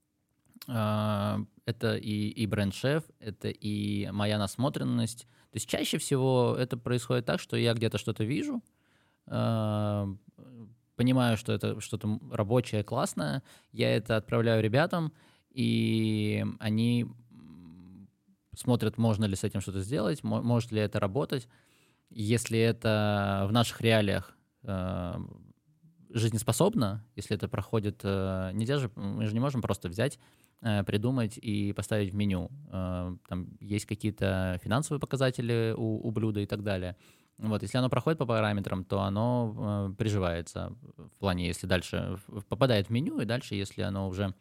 А, Это и, и бренд-шеф, это и моя насмотренность. То есть чаще всего это происходит так, что я где-то что-то вижу, а, понимаю, что это что-то м- рабочее, классное, я это отправляю ребятам, и они м, смотрят, можно ли с этим что-то сделать, мо- может ли это работать. Если это в наших реалиях а, жизнеспособно, если это проходит, э, нельзя же, мы же не можем просто взять, э, придумать и поставить в меню. Э, Там есть какие-то финансовые показатели у, у блюда и так далее. Вот, если оно проходит по параметрам, то оно э, приживается в плане, если дальше в- попадает в меню, и дальше, если оно уже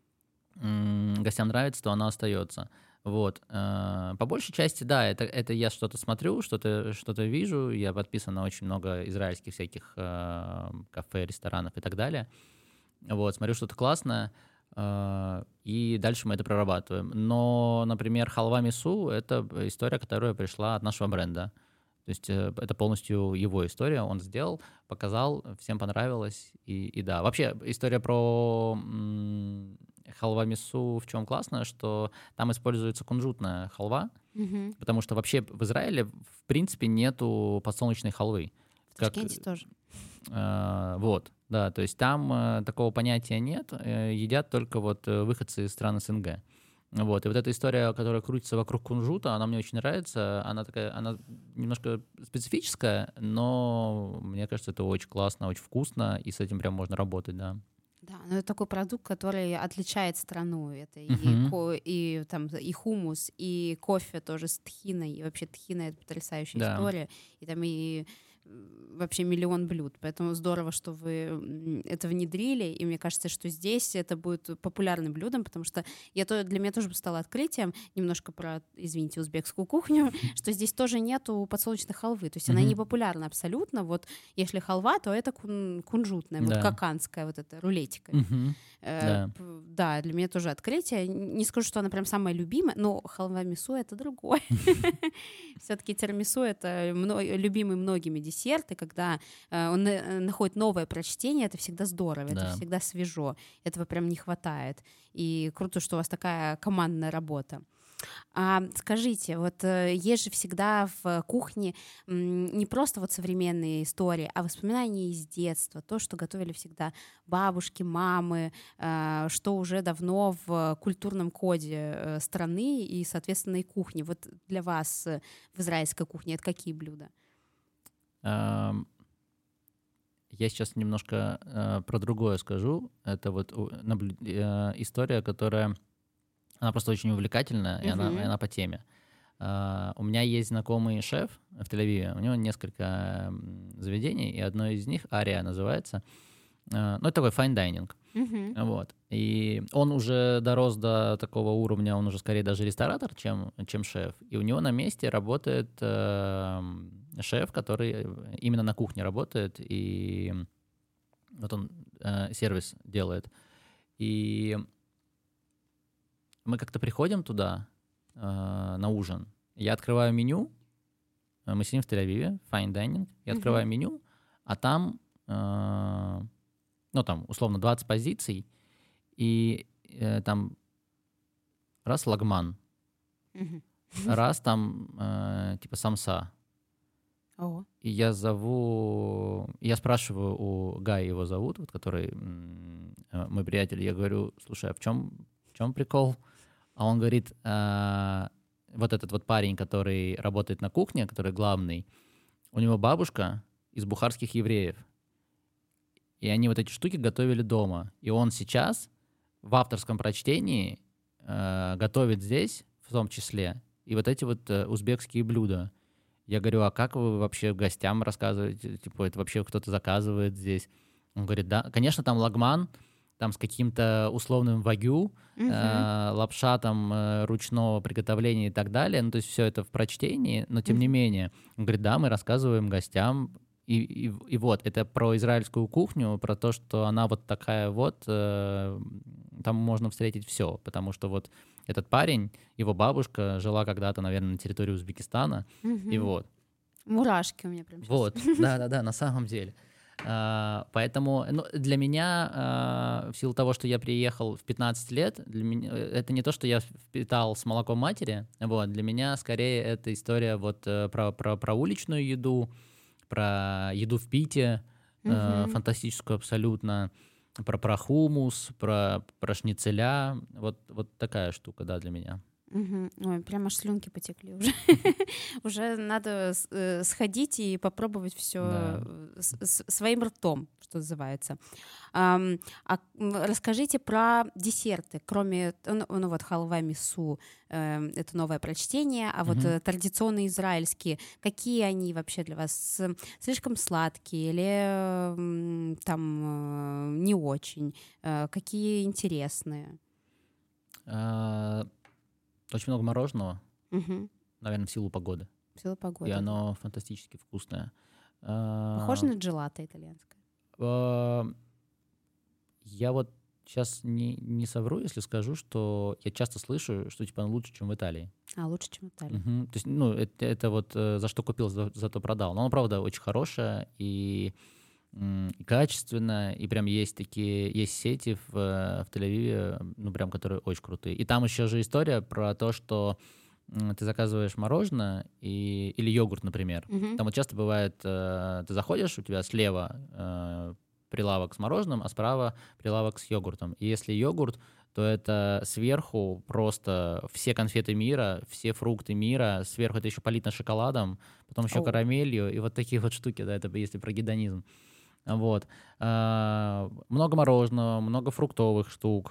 м, гостям нравится, то оно остается. Вот. э, По большей части, да, это, это я что-то смотрю, что-то что вижу. Я подписан на очень много израильских всяких э, кафе, ресторанов и так далее. Вот, смотрю что-то классное, э, и дальше мы это прорабатываем. Но, например, халва мису — это история, которая пришла от нашего бренда. То есть э, это полностью его история, он сделал, показал, всем понравилось, и, и да. Вообще история про м, халва мису в чем классно, что там используется кунжутная халва, Мгм. потому что вообще в Израиле в принципе нету подсолнечной халвы. В Как, Ташкенте тоже. э, вот, да, то есть там э, такого понятия нет, э, едят только вот э, выходцы из стран СНГ. Вот, и вот эта история, которая крутится вокруг кунжута, она мне очень нравится. Она такая, она немножко специфическая, но мне кажется, это очень классно, очень вкусно, и с этим прям можно работать, да. Да, но это такой продукт, который отличает страну. Это и, Мгм. ко- и, там, и хумус, и кофе тоже с тхиной. И вообще тхина — это потрясающая Да. история. И там и м, вообще миллион блюд. Поэтому здорово, что вы м, это внедрили. И мне кажется, что здесь это будет популярным блюдом, потому что я то, для меня тоже стало открытием, немножко про, извините, узбекскую кухню, что здесь тоже нету подсолнечной халвы. То есть она не Мгм. популярна абсолютно. Вот если халва, то это кун- кунжутная, вот Да. каканская, вот эта рулетиками. Мгм. Э, Да. п- Да, для меня тоже открытие. Н- Не скажу, что она прям самая любимая, но халва мису — это другое. Все-таки тирамису — это мно- любимый многими десерт, и когда э, он э, находит новое прочтение, это всегда здорово, это Да. всегда свежо. Этого прям не хватает. И круто, что у вас такая командная работа. А скажите, вот э, есть же всегда в кухне м, не просто вот современные истории, а воспоминания из детства, то, что готовили всегда бабушки, мамы, э, что уже давно в культурном коде э, страны и, соответственно, и кухни. Вот для вас э, в израильской кухне это какие блюда? Ам, Я сейчас немножко э, про другое скажу. Это вот у- наблю- э, история, которая, она просто очень увлекательная, и она, и Мгм. она по теме. А, У меня есть знакомый шеф в Тель-Авиве, у него несколько м, заведений, и одно из них, Ария называется, А, ну, это такой fine dining, Мгм. вот. И он уже дорос до такого уровня, он уже скорее даже ресторатор, чем, чем шеф. И у него на месте работает э, шеф, который именно на кухне работает, и вот он э, сервис делает. И мы как-то приходим туда э, на ужин, я открываю меню, э, мы сидим в Тель-Авиве, fine dining, я Мгм. открываю меню, а там, э, ну, там, условно, двадцать позиций, и э, там раз лагман, Мгм. раз там э, типа самса. О. И я зову, я спрашиваю у Гая, его зовут, вот который м, э, мой приятель, я говорю, слушай, а в чем, в чем прикол? А он говорит, «А, вот этот вот парень, который работает на кухне, который главный, у него бабушка из бухарских евреев. И они вот эти штуки готовили дома. И он сейчас в авторском прочтении э, готовит здесь, в том числе, и вот эти вот э, узбекские блюда. Я говорю, а как вы вообще гостям рассказываете? Типа, это вообще кто-то заказывает здесь? Он говорит, да, конечно, там лагман, там с каким-то условным вагю, Мгм. э, лапша там э, ручного приготовления и так далее. Ну, то есть все это в прочтении, но тем не Мгм. менее. Он говорит, да, мы рассказываем гостям, И, и, и вот, это про израильскую кухню, про то, что она вот такая вот, э, там можно встретить все, потому что вот этот парень, его бабушка жила когда-то, наверное, на территории Узбекистана, Мгм. и вот. Мурашки у меня прям сейчас. Вот, да-да-да, на самом деле. А, поэтому ну, для меня, а, в силу того, что я приехал в пятнадцать лет, для меня, это не то, что я впитал с молоком матери, вот, для меня скорее это история вот э, про, про, про уличную еду, про еду в Пите, э, Мгм. фантастическую абсолютно, про, про хумус, про, про шницеля, вот, вот такая штука, да, для меня. Мгм. Ой, прям аж слюнки потекли уже. Уже надо с- э, сходить и попробовать все Да. своим ртом, что называется. Ам, а м, расскажите про десерты, кроме т- ну, ну вот халва мису, э, это новое прочтение, а вот Мгм. э, традиционные израильские, какие они вообще для вас? С- Слишком сладкие или м, там э, не очень? Э, Какие интересные? А, Очень много мороженого, Мгм. наверное, в силу погоды. В силу И погоды, да. оно фантастически вкусное. Похоже А, на джелато итальянское. а, Я вот сейчас не, не совру, если скажу, что я часто слышу, что типа оно лучше, чем в Италии. А, лучше, чем в Италии. Мгм. То есть, ну, это, это вот э, за что купил, за, зато продал. Но оно, правда, очень хорошее и, м, и качественное, и прям есть такие, есть сети в, э, в Тель-Авиве, ну, прям, которые очень крутые. И там еще же история про то, что м, ты заказываешь мороженое и, или йогурт, например. Мгм. Там вот часто бывает, э, ты заходишь, у тебя слева э, прилавок с мороженым, а справа прилавок с йогуртом. И если йогурт, то это сверху просто все конфеты мира, все фрукты мира, сверху это еще полито шоколадом, потом еще Оу. карамелью, и вот такие вот штуки, да, это если про гедонизм. Вот. А, Много мороженого, много фруктовых штук.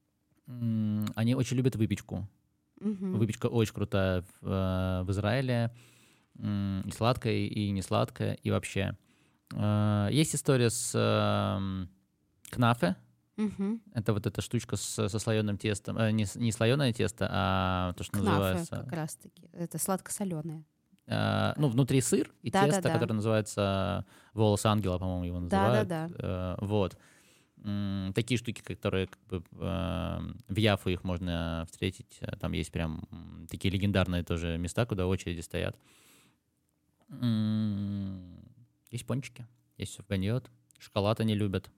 М, Они очень любят выпечку. Мгм. Выпечка очень крутая в, э, в Израиле. М, И сладкая, и не сладкая, и вообще. А, Есть история с эм, кнафе. Мгм. Это вот эта штучка с, со слоеным тестом. Э, не, с- не слоеное тесто, а то, что Кнафе как называется... раз-таки. Это сладко-соленое. э, ну, Такая. внутри сыр и тесто, Да-да-да. которое называется волос ангела, по-моему, его называют. Да-да-да. Э, вот. М, Такие штуки, которые как бы, э, в Яфу их можно встретить. Э, Там есть прям м, такие легендарные тоже места, куда очереди стоят. М, Есть пончики, есть сюрганьот. Шоколад они любят.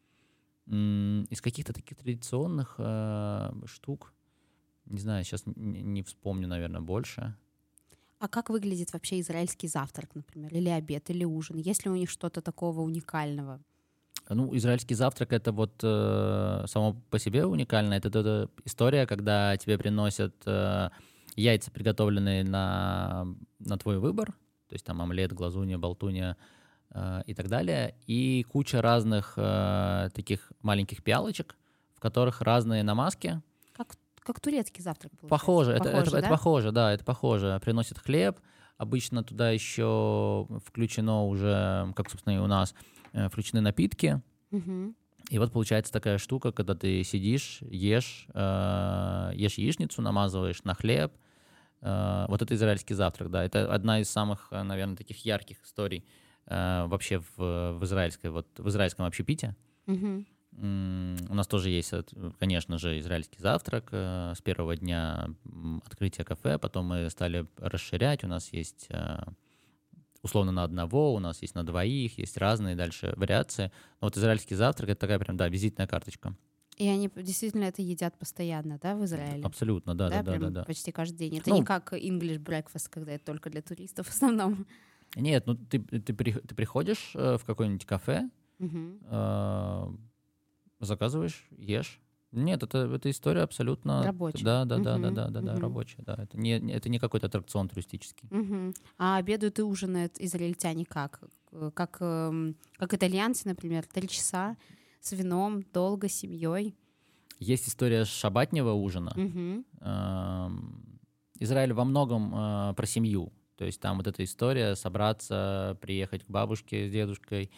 М, Из каких-то таких традиционных э, штук, не знаю, сейчас не вспомню, наверное, больше. А как выглядит вообще израильский завтрак, например, или обед, или ужин? Есть ли у них что-то такого уникального? Ну, израильский завтрак — это вот э, само по себе уникально. Это, это- это история, когда тебе приносят э, яйца, приготовленные на, на твой выбор, то есть там омлет, глазунья, болтунья э, и так далее, и куча разных э, таких маленьких пиалочек, в которых разные намазки. Как, как турецкий завтрак, получается. Похоже, это, это, Похоже, это да? похоже, да, это похоже. Приносят хлеб, обычно туда еще включено уже, как, собственно, и у нас, э, включены напитки. Мгм. И вот получается такая штука, когда ты сидишь, ешь, э, ешь яичницу, намазываешь на хлеб. Э, вот это израильский завтрак, да. Это одна из самых, э, наверное, таких ярких историй э, вообще в, в, израильской, вот, в израильском общепите. Мгм. М, У нас тоже есть, э, конечно же, израильский завтрак э, с первого дня м, открытия кафе. Потом мы стали расширять. У нас есть э, условно на одного, у нас есть на двоих, есть разные дальше вариации. Но вот израильский завтрак — это такая прям, да, визитная карточка. И они п- действительно это едят постоянно, да, в Д- Израиле? Абсолютно, да, да, Да, да, да, прям да. почти каждый день. Это не Ну, как English breakfast, когда это только для туристов в основном. нет, ну ты, ты, при- ты приходишь э, в какое-нибудь кафе, Мгм. э, заказываешь, ешь. Нет, это, это история абсолютно, Рабочая. да, да, да, да, Мгм. да, да, да, Мгм. рабочая, да. Это не, не- это не какой-то аттракцион туристический. Мгм. А обедают и ужинают израильтяне как? Э, Как, эм, как итальянцы, например, три часа с вином, долго, с семьей. Есть история шабатнего ужина. Мгм. Эм, Израиль во многом э, про семью. То есть там вот эта история собраться, приехать к бабушке с дедушкой.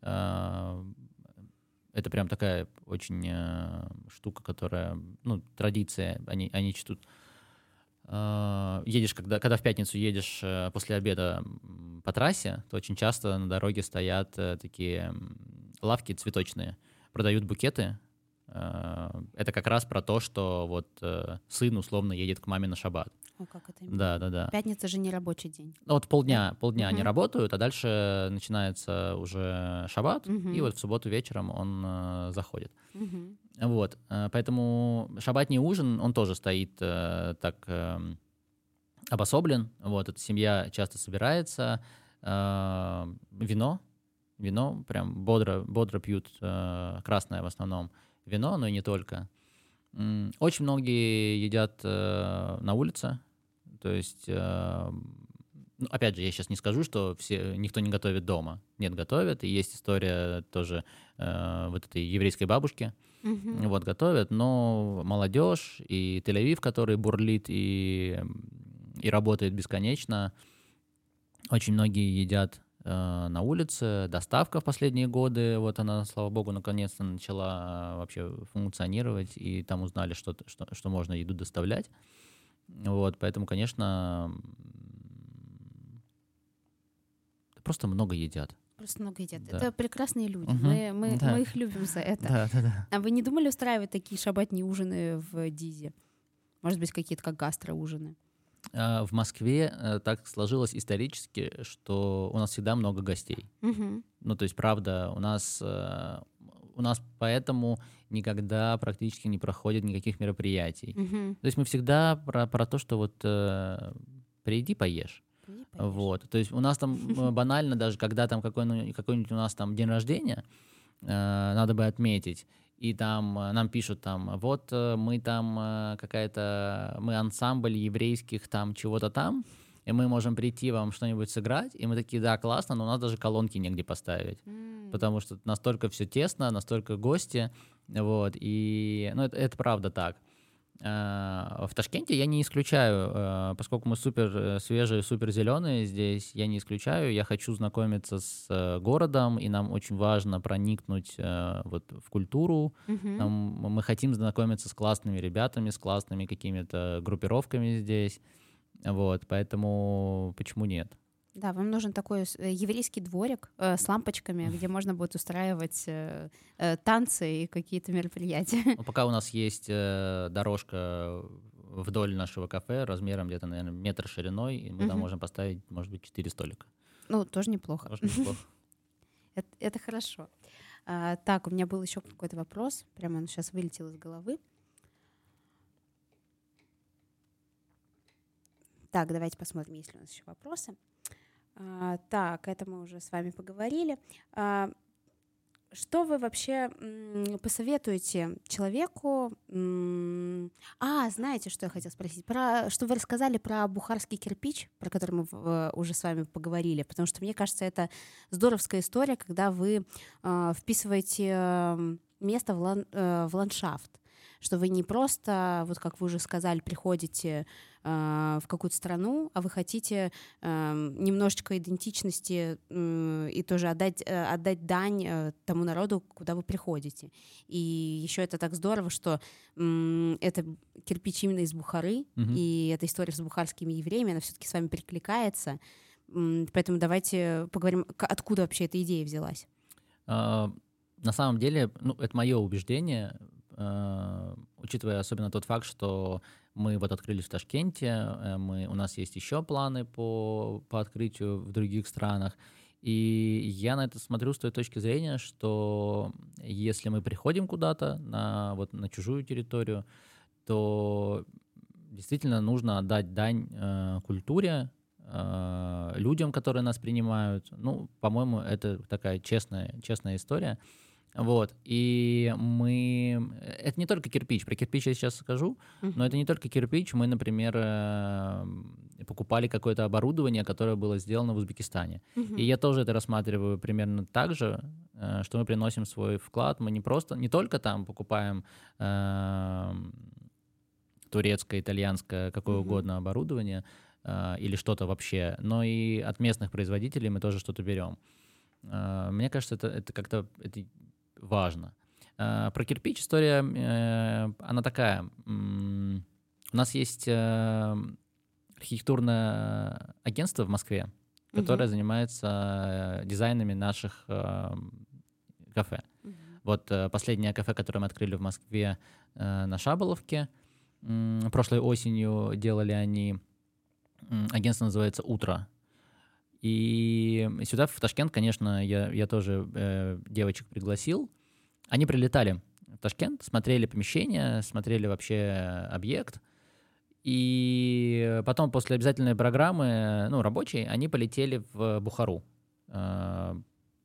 э, Это прям такая очень э, штука, которая, ну, традиция, они, они чтут. Э, Едешь, когда, когда в пятницу едешь э, после обеда м, по трассе, то очень часто на дороге стоят э, такие лавки цветочные, продают букеты. Э, это как раз про то, что вот э, сын условно едет к маме на шаббат. О, как это именно? Да, да, да. Пятница же не рабочий день. Ну, вот полдня, Да? полдня они Мгм. работают, а дальше начинается уже шаббат, Мгм. и вот в субботу вечером он э, заходит. Мгм. Вот, э, поэтому шаббатний ужин, он тоже стоит э, так эм, обособлен. Вот, эта семья часто собирается, э, вино, вино прям бодро, бодро пьют, э, красное в основном вино, но и не только. М, Очень многие едят э, на улице, то есть, э, ну, опять же, я сейчас не скажу, что все, никто не готовит дома. Нет, готовят, и есть история тоже э, вот этой еврейской бабушки, Мгм. вот, готовят, но молодежь и Тель-Авив, который бурлит и, и работает бесконечно, очень многие едят э, на улице. Доставка в последние годы, вот она, слава богу, наконец-то начала э, вообще функционировать, и там узнали, что, что, что можно еду доставлять. Вот, поэтому, конечно, м, просто много едят. Просто много едят. Да. Это прекрасные люди. Мгм. Мы, мы, Да. мы их любим за это. Да, да, да. А вы не думали устраивать такие шабатные ужины в Дизе? Может быть, какие-то как гастроужины? А, В Москве э, так сложилось исторически, что у нас всегда много гостей. Мгм. Ну, то есть, правда, у нас, э, у нас поэтому никогда практически не проходит никаких мероприятий. Мгм. То есть мы всегда про, про то, что вот э, приди, поешь. Приди, поешь. Вот. То есть у нас там э, банально даже, когда там какой, ну, какой-нибудь у нас там день рождения, э, надо бы отметить, и там э, нам пишут там, вот э, мы там э, какая-то, мы ансамбль еврейских там чего-то там, и мы можем прийти вам что-нибудь сыграть, и мы такие, да, классно, но у нас даже колонки негде поставить, М. потому что настолько все тесно, настолько гости, вот, и, ну, это, это правда так. Э, В Ташкенте я не исключаю, э, поскольку мы супер э, свежие, супер зеленые здесь, я не исключаю, я хочу знакомиться с э, городом, и нам очень важно проникнуть э, вот в культуру. Мгм. Нам- мы хотим знакомиться с классными ребятами, с классными какими-то группировками здесь, вот, поэтому почему нет? Да, вам нужен такой с- э, еврейский дворик э, с лампочками, где можно будет устраивать э, э, танцы и какие-то мероприятия. Ну, пока у нас есть э, дорожка вдоль нашего кафе размером где-то, наверное, метр шириной, и мы там Мгм. можем поставить, может быть, четыре столика. Ну, тоже неплохо. Тоже неплохо. Это, это хорошо. А, так, у меня был еще какой-то вопрос. Прямо он сейчас вылетел из головы. Так, давайте посмотрим, есть ли у нас еще вопросы. А, так, это мы уже с вами поговорили. А, что вы вообще м, посоветуете человеку? м, А, знаете, что я хотела спросить? Про, что вы рассказали про бухарский кирпич, про который мы в- э, уже с вами поговорили, потому что мне кажется, это здоровская история, когда вы э, вписываете э, место в, лан- э, в ландшафт, что вы не просто, вот как вы уже сказали, приходите э, в какую-то страну, а вы хотите э, немножечко идентичности э, и тоже отдать, э, отдать дань э, тому народу, куда вы приходите. И еще это так здорово, что м, это кирпич именно из Бухары, Мгм. и эта история с бухарскими евреями, она все-таки с вами перекликается. М, Поэтому давайте поговорим, к- откуда вообще эта идея взялась. А, На самом деле, ну, это мое убеждение, а, учитывая особенно тот факт, что мы вот открылись в Ташкенте, э, мы, у нас есть еще планы по, по открытию в других странах, и я на это смотрю с той точки зрения, что если мы приходим куда-то на, вот, на чужую территорию, то действительно нужно отдать дань э, культуре, э, людям, которые нас принимают. Ну, по-моему, это такая честная, честная история. Вот. И мы... Это не только кирпич. Про кирпич я сейчас скажу, но это не только кирпич. Мы, например, э, покупали какое-то оборудование, которое было сделано в Узбекистане. Мгм. И я тоже это рассматриваю примерно так же, э, что мы приносим свой вклад. Мы не просто, не только там покупаем э, турецкое, итальянское, какое Мгм. угодно оборудование э, или что-то вообще, но и от местных производителей мы тоже что-то берем. Э, мне кажется, это, это как-то это важно. Э, про кирпич история, э, она такая. М, У нас есть э, архитектурное агентство в Москве, которая Мгм. занимается э, дизайнами наших э, кафе. Мгм. Вот э, последнее кафе, которое мы открыли в Москве э, на Шаболовке, м, прошлой осенью делали они, м, агентство называется «Утро». И сюда, в Ташкент, конечно, я, я тоже э, девочек пригласил. Они прилетали в Ташкент, смотрели помещение, смотрели вообще объект. И потом после обязательной программы, ну, рабочей, они полетели в Бухару. Э,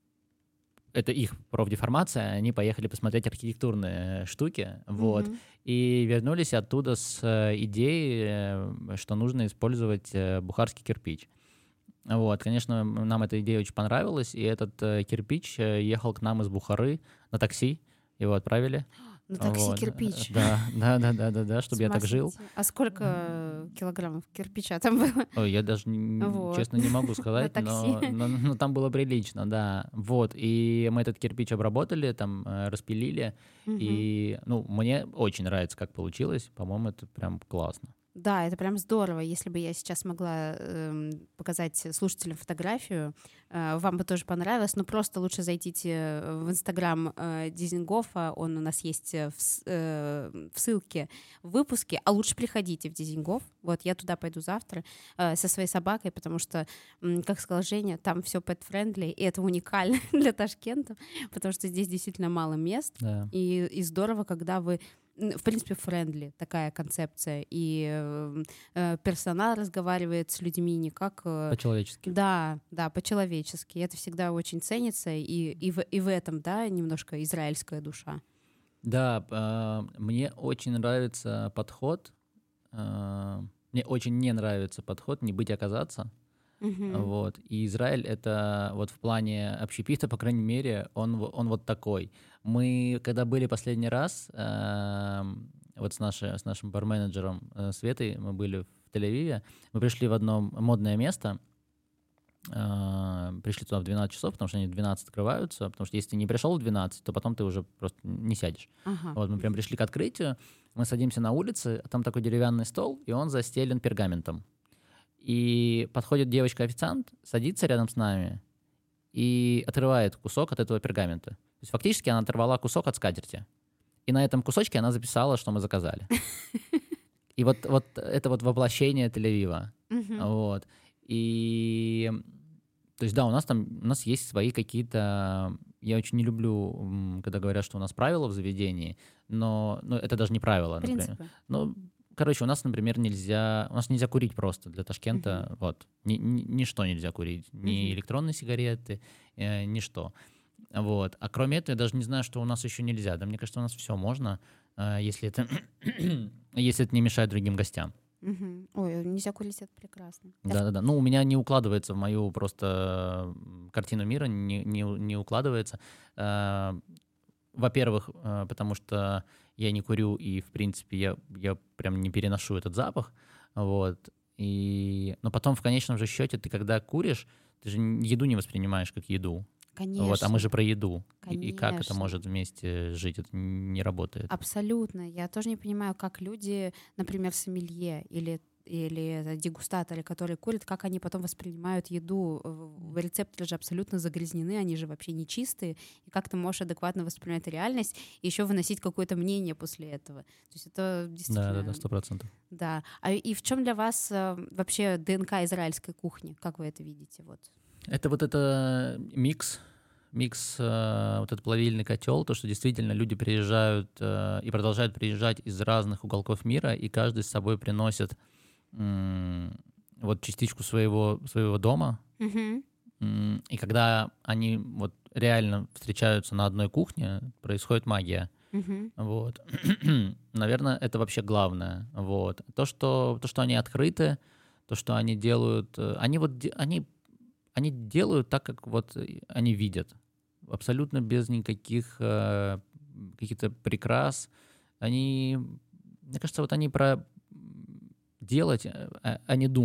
Это их профдеформация, они поехали посмотреть архитектурные штуки, вот, Мгм. и вернулись оттуда с э, идеей, э, что нужно использовать э, бухарский кирпич. Вот, конечно, м, нам эта идея очень понравилась, и этот э, кирпич э, ехал к нам из Бухары на такси, его отправили. На такси Вот, э, кирпич. да, да, да, да, да, да, С чтобы я ума так жил. сойти. А сколько килограммов кирпича там было? Ой, я даже, н- Вот. честно, не могу На сказать, такси. но, но, но там было прилично, да. Вот, и мы этот кирпич обработали, там, э, распилили, Мгм. и, ну, мне очень нравится, как получилось. По-моему, это прям классно. Да, это прям здорово. Если бы я сейчас могла эм, показать слушателям фотографию, э, вам бы тоже понравилось. Но просто лучше зайдите э, в инстаграм э, Дизингофа, он у нас есть э, в, с- э, в ссылке в выпуске, а лучше приходите в Дизингоф. Вот я туда пойду завтра э, со своей собакой, потому что, м, как сказала Женя, там все pet-friendly, и это уникально для Ташкента, потому что здесь действительно мало мест. Да, И, и здорово, когда вы м, в принципе, френдли такая концепция. И э, э, персонал разговаривает с людьми не как... э, по-человечески. да, да, по-человечески. Это всегда очень ценится. И, и, в, и в этом, да, немножко израильская душа. Да, а, мне очень нравится подход, а, мне очень не нравится подход «не быть, оказаться». Мгм. Вот. И Израиль — это вот в плане общепита, по крайней мере, он, в- он вот такой. Мы, когда были последний раз, эм, вот с, нашей, с нашим барменеджером э, Светой, мы были в Тель-Авиве, мы пришли в одно модное место, э, пришли туда в двенадцать часов, потому что они в двенадцать открываются, потому что если ты не пришел в двенадцать, то потом ты уже просто не сядешь. Ага. Вот, мы прям Мгм. пришли к открытию, мы садимся на улице, а там такой деревянный стол, и он застелен пергаментом. И подходит девочка-официант, садится рядом с нами и отрывает кусок от этого пергамента. То есть фактически она оторвала кусок от скатерти. И на этом кусочке она записала, что мы заказали. И вот, вот это вот воплощение Тель-Авива. Мгм. Вот. И то есть, да, у нас там у нас есть свои какие-то. Я очень не люблю, м, когда говорят, что у нас правила в заведении, но ну, это даже не правило, например. Принципы. Ну, короче, у нас, например, нельзя. У нас нельзя курить просто для Ташкента. Мгм. Вот. Ни- ни- ничто нельзя курить. Ни Мгм. электронные сигареты, э, ничто. Вот. А кроме этого, я даже не знаю, что у нас еще нельзя. Да, мне кажется, у нас все можно, э, если это, если это не мешает другим гостям. Мгм. Ой, нельзя курить, это прекрасно. А с- Да-да-да. Ну, у меня не укладывается в мою просто м, картину мира, не, не, у- не укладывается. Э, Во-первых, э, потому что я не курю, и, в принципе, я, я прям не переношу этот запах. Вот. И... Но потом, в конечном же счете, ты когда куришь, ты же н- еду не воспринимаешь как еду. Вот, а мы же Конечно, про еду. И, и как это конечно. может вместе жить? Это не работает. Абсолютно. Я тоже не понимаю, как люди, например, сомелье или или это дегустаторы, которые курят, как они потом воспринимают еду. В- Рецепторы же абсолютно загрязнены, они же вообще не чистые. И как ты можешь адекватно воспринимать реальность и еще выносить какое-то мнение после этого? То есть это Да-да-да, действительно... сто процентов. Да. А и в чем для вас э, вообще ДНК израильской кухни? Как вы это видите? Вот. Это вот это микс, микс, э, вот этот плавильный котел, то, что действительно люди приезжают э, и продолжают приезжать из разных уголков мира, и каждый с собой приносит м, вот частичку своего, своего дома. Мгм. М, И когда они вот реально встречаются на одной кухне, происходит магия. Мгм. Вот. Наверное, это вообще главное. Вот. То, что, то, что они открыты, то, что они делают, э, они вот де- они, они делают так, как вот э, они видят. Абсолютно без никаких э, каких-то прикрас. Они, мне кажется, вот они про делать, э, а а не думать.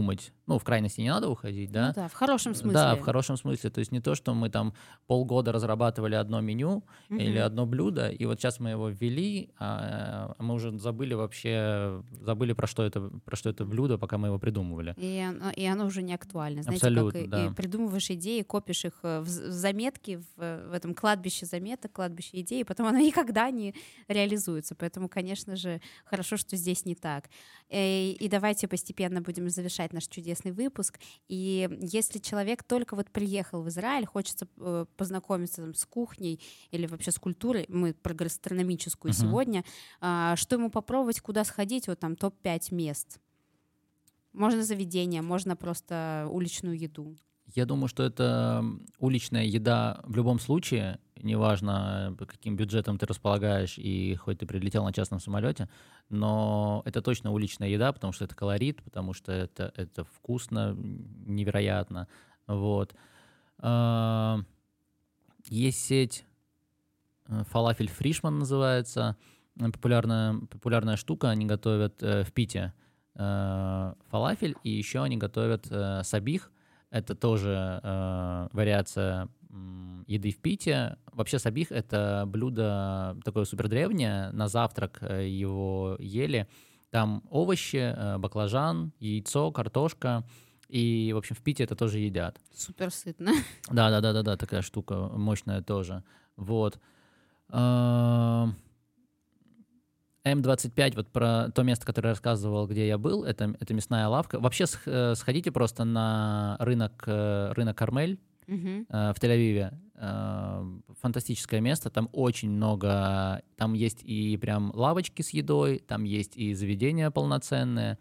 ну, в крайности не надо уходить, да? Ну да, в хорошем смысле. Да, в хорошем смысле. То есть не то, что мы там полгода разрабатывали одно меню Мгм. или одно блюдо, и вот сейчас мы его ввели, а мы уже забыли вообще, забыли про что это, про что это блюдо, пока мы его придумывали. И оно, и оно уже не актуально. Знаете, Абсолютно, как и, да. и придумываешь идеи, копишь их э, в, з- в заметки, в, в этом кладбище заметок, кладбище идей, и потом оно никогда не реализуется. Поэтому, конечно же, хорошо, что здесь не так. И, и давайте постепенно будем завершать наш чудесный выпуск. И если человек только вот приехал в Израиль, хочется э, познакомиться там, с кухней или вообще с культурой, мы про гастрономическую Мгм. сегодня, а, что ему попробовать, куда сходить, вот там топ пять мест. Можно заведение, можно просто уличную еду. Я думаю, что это уличная еда в любом случае, неважно, по каким бюджетом ты располагаешь и хоть ты прилетел на частном самолете, но это точно уличная еда, потому что это колорит, потому что это, это вкусно, невероятно. Вот. А, Есть сеть э, Falafel Frishman называется, э, популярная, популярная штука, они готовят э, в Пите э, фалафель, и еще они готовят э, сабих. Это тоже э, вариация м, еды в Пите. Вообще сабих — это блюдо такое супер древнее. На завтрак э, его ели. Там овощи, э, баклажан, яйцо, картошка. И, в общем, в Пите это тоже едят. Супер сытно. Да-да-да-да, такая штука мощная тоже. Вот. Эм двадцать пять, вот про то место, которое я рассказывал, где я был, это, это мясная лавка. Вообще сх- э, сходите просто на рынок, э, рынок Кармель Мгм. э, в Тель-Авиве. Э, Фантастическое место, там очень много, там есть и прям лавочки с едой, там есть и заведения полноценные.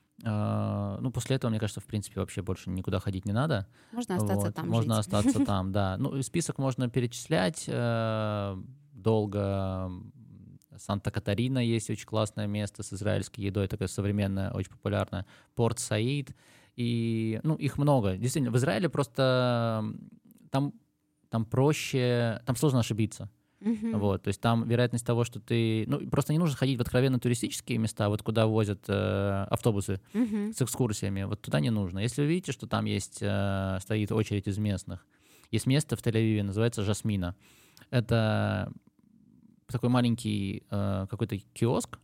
Э, Ну, после этого, мне кажется, в принципе, вообще больше никуда ходить не надо. Можно остаться Вот. там Можно жить. остаться там, да. Ну, и список можно перечислять э, долго. Санта-Катарина есть очень классное место с израильской едой, такое современное, очень популярное. Порт Саид. И, ну, их много. Действительно, в Израиле просто м, там, там проще, там сложно ошибиться. Мгм. Вот, то есть там вероятность того, что ты... Ну, просто не нужно ходить в откровенно туристические места, вот куда возят э, автобусы Мгм. с экскурсиями, вот туда не нужно. Если вы видите, что там есть, э, стоит очередь из местных, есть место в Тель-Авиве, называется Жасмина. Это такой маленький э, какой-то киоск,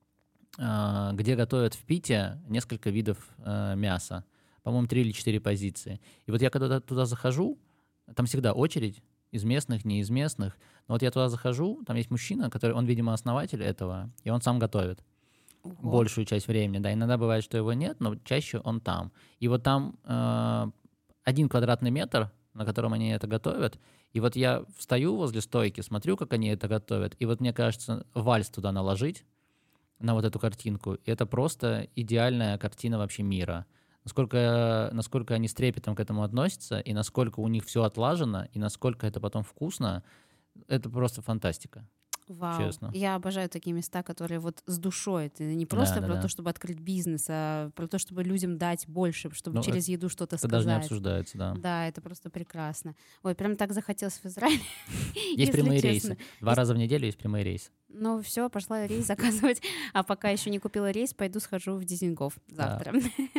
э, где готовят в Пите несколько видов э, мяса. По-моему, три или четыре позиции. И вот я когда туда захожу, там всегда очередь из местных, не из местных. Но вот я туда захожу, там есть мужчина, который, он, видимо, основатель этого, и он сам готовит Ого. большую часть времени. Да, иногда бывает, что его нет, но чаще он там. И вот там э, один квадратный метр, на котором они это готовят. И вот я встаю возле стойки, смотрю, как они это готовят. И вот мне кажется, вальс туда наложить, на вот эту картинку. И это просто идеальная картина вообще мира. Насколько, насколько они с трепетом к этому относятся, и насколько у них все отлажено, и насколько это потом вкусно, это просто фантастика. Вау. Честно. Я обожаю такие места, которые вот с душой. Это не Да, просто да, про да. то, чтобы открыть бизнес, а про то, чтобы людям дать больше, чтобы Ну, через еду что-то Это даже не сказать. обсуждается, да. Да, это просто прекрасно. Ой, прям так захотелось в Израиль. Есть если прямые честно. рейсы. Два Есть- раза в неделю есть прямые рейсы. Ну все, пошла рейс заказывать. А пока еще не купила рейс, пойду схожу в Дизингоф завтра.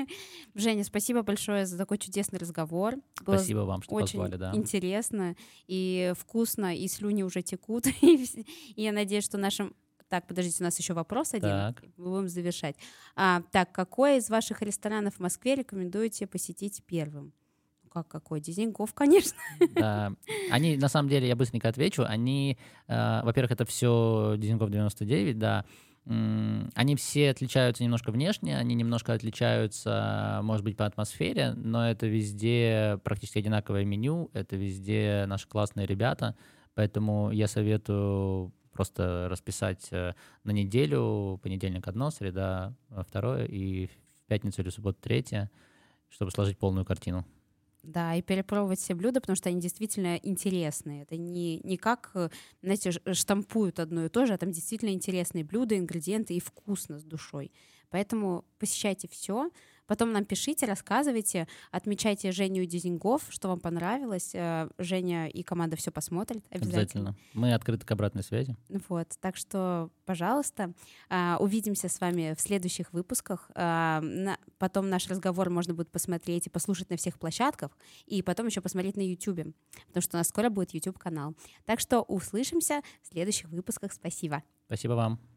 Женя, спасибо большое за такой чудесный разговор. Было Спасибо вам, что очень позвали, да. интересно и вкусно, и слюни уже текут. И вс- и я надеюсь, что нашим... Так, подождите, у нас еще вопрос один. Так. Мы будем завершать. А, так, какой из ваших ресторанов в Москве рекомендуете посетить первым? Ну, как какой? Дизингоф, конечно. Да. Они, на самом деле, я быстренько отвечу, они, э, во-первых, это все Дизингоф девяносто девять, да. М, Они все отличаются немножко внешне, они немножко отличаются, может быть, по атмосфере, но это везде практически одинаковое меню, это везде наши классные ребята, поэтому я советую просто расписать э, на неделю, понедельник одно, среда э, второе, и в пятницу или субботу третье, чтобы сложить полную картину. Да, и перепробовать все блюда, потому что они действительно интересные. Это не, не как, э, знаете, ж- штампуют одно и то же, а там действительно интересные блюда, ингредиенты и вкусно с душой. Поэтому посещайте все, Потом нам пишите, рассказывайте, отмечайте Женю Дизингов, что вам понравилось. Женя и команда все посмотрят обязательно. Обязательно. Мы открыты к обратной связи. Вот, так что, пожалуйста, увидимся с вами в следующих выпусках. Потом наш разговор можно будет посмотреть и послушать на всех площадках, и потом еще посмотреть на YouTube, потому что у нас скоро будет YouTube-канал. Так что услышимся в следующих выпусках. Спасибо. Спасибо вам.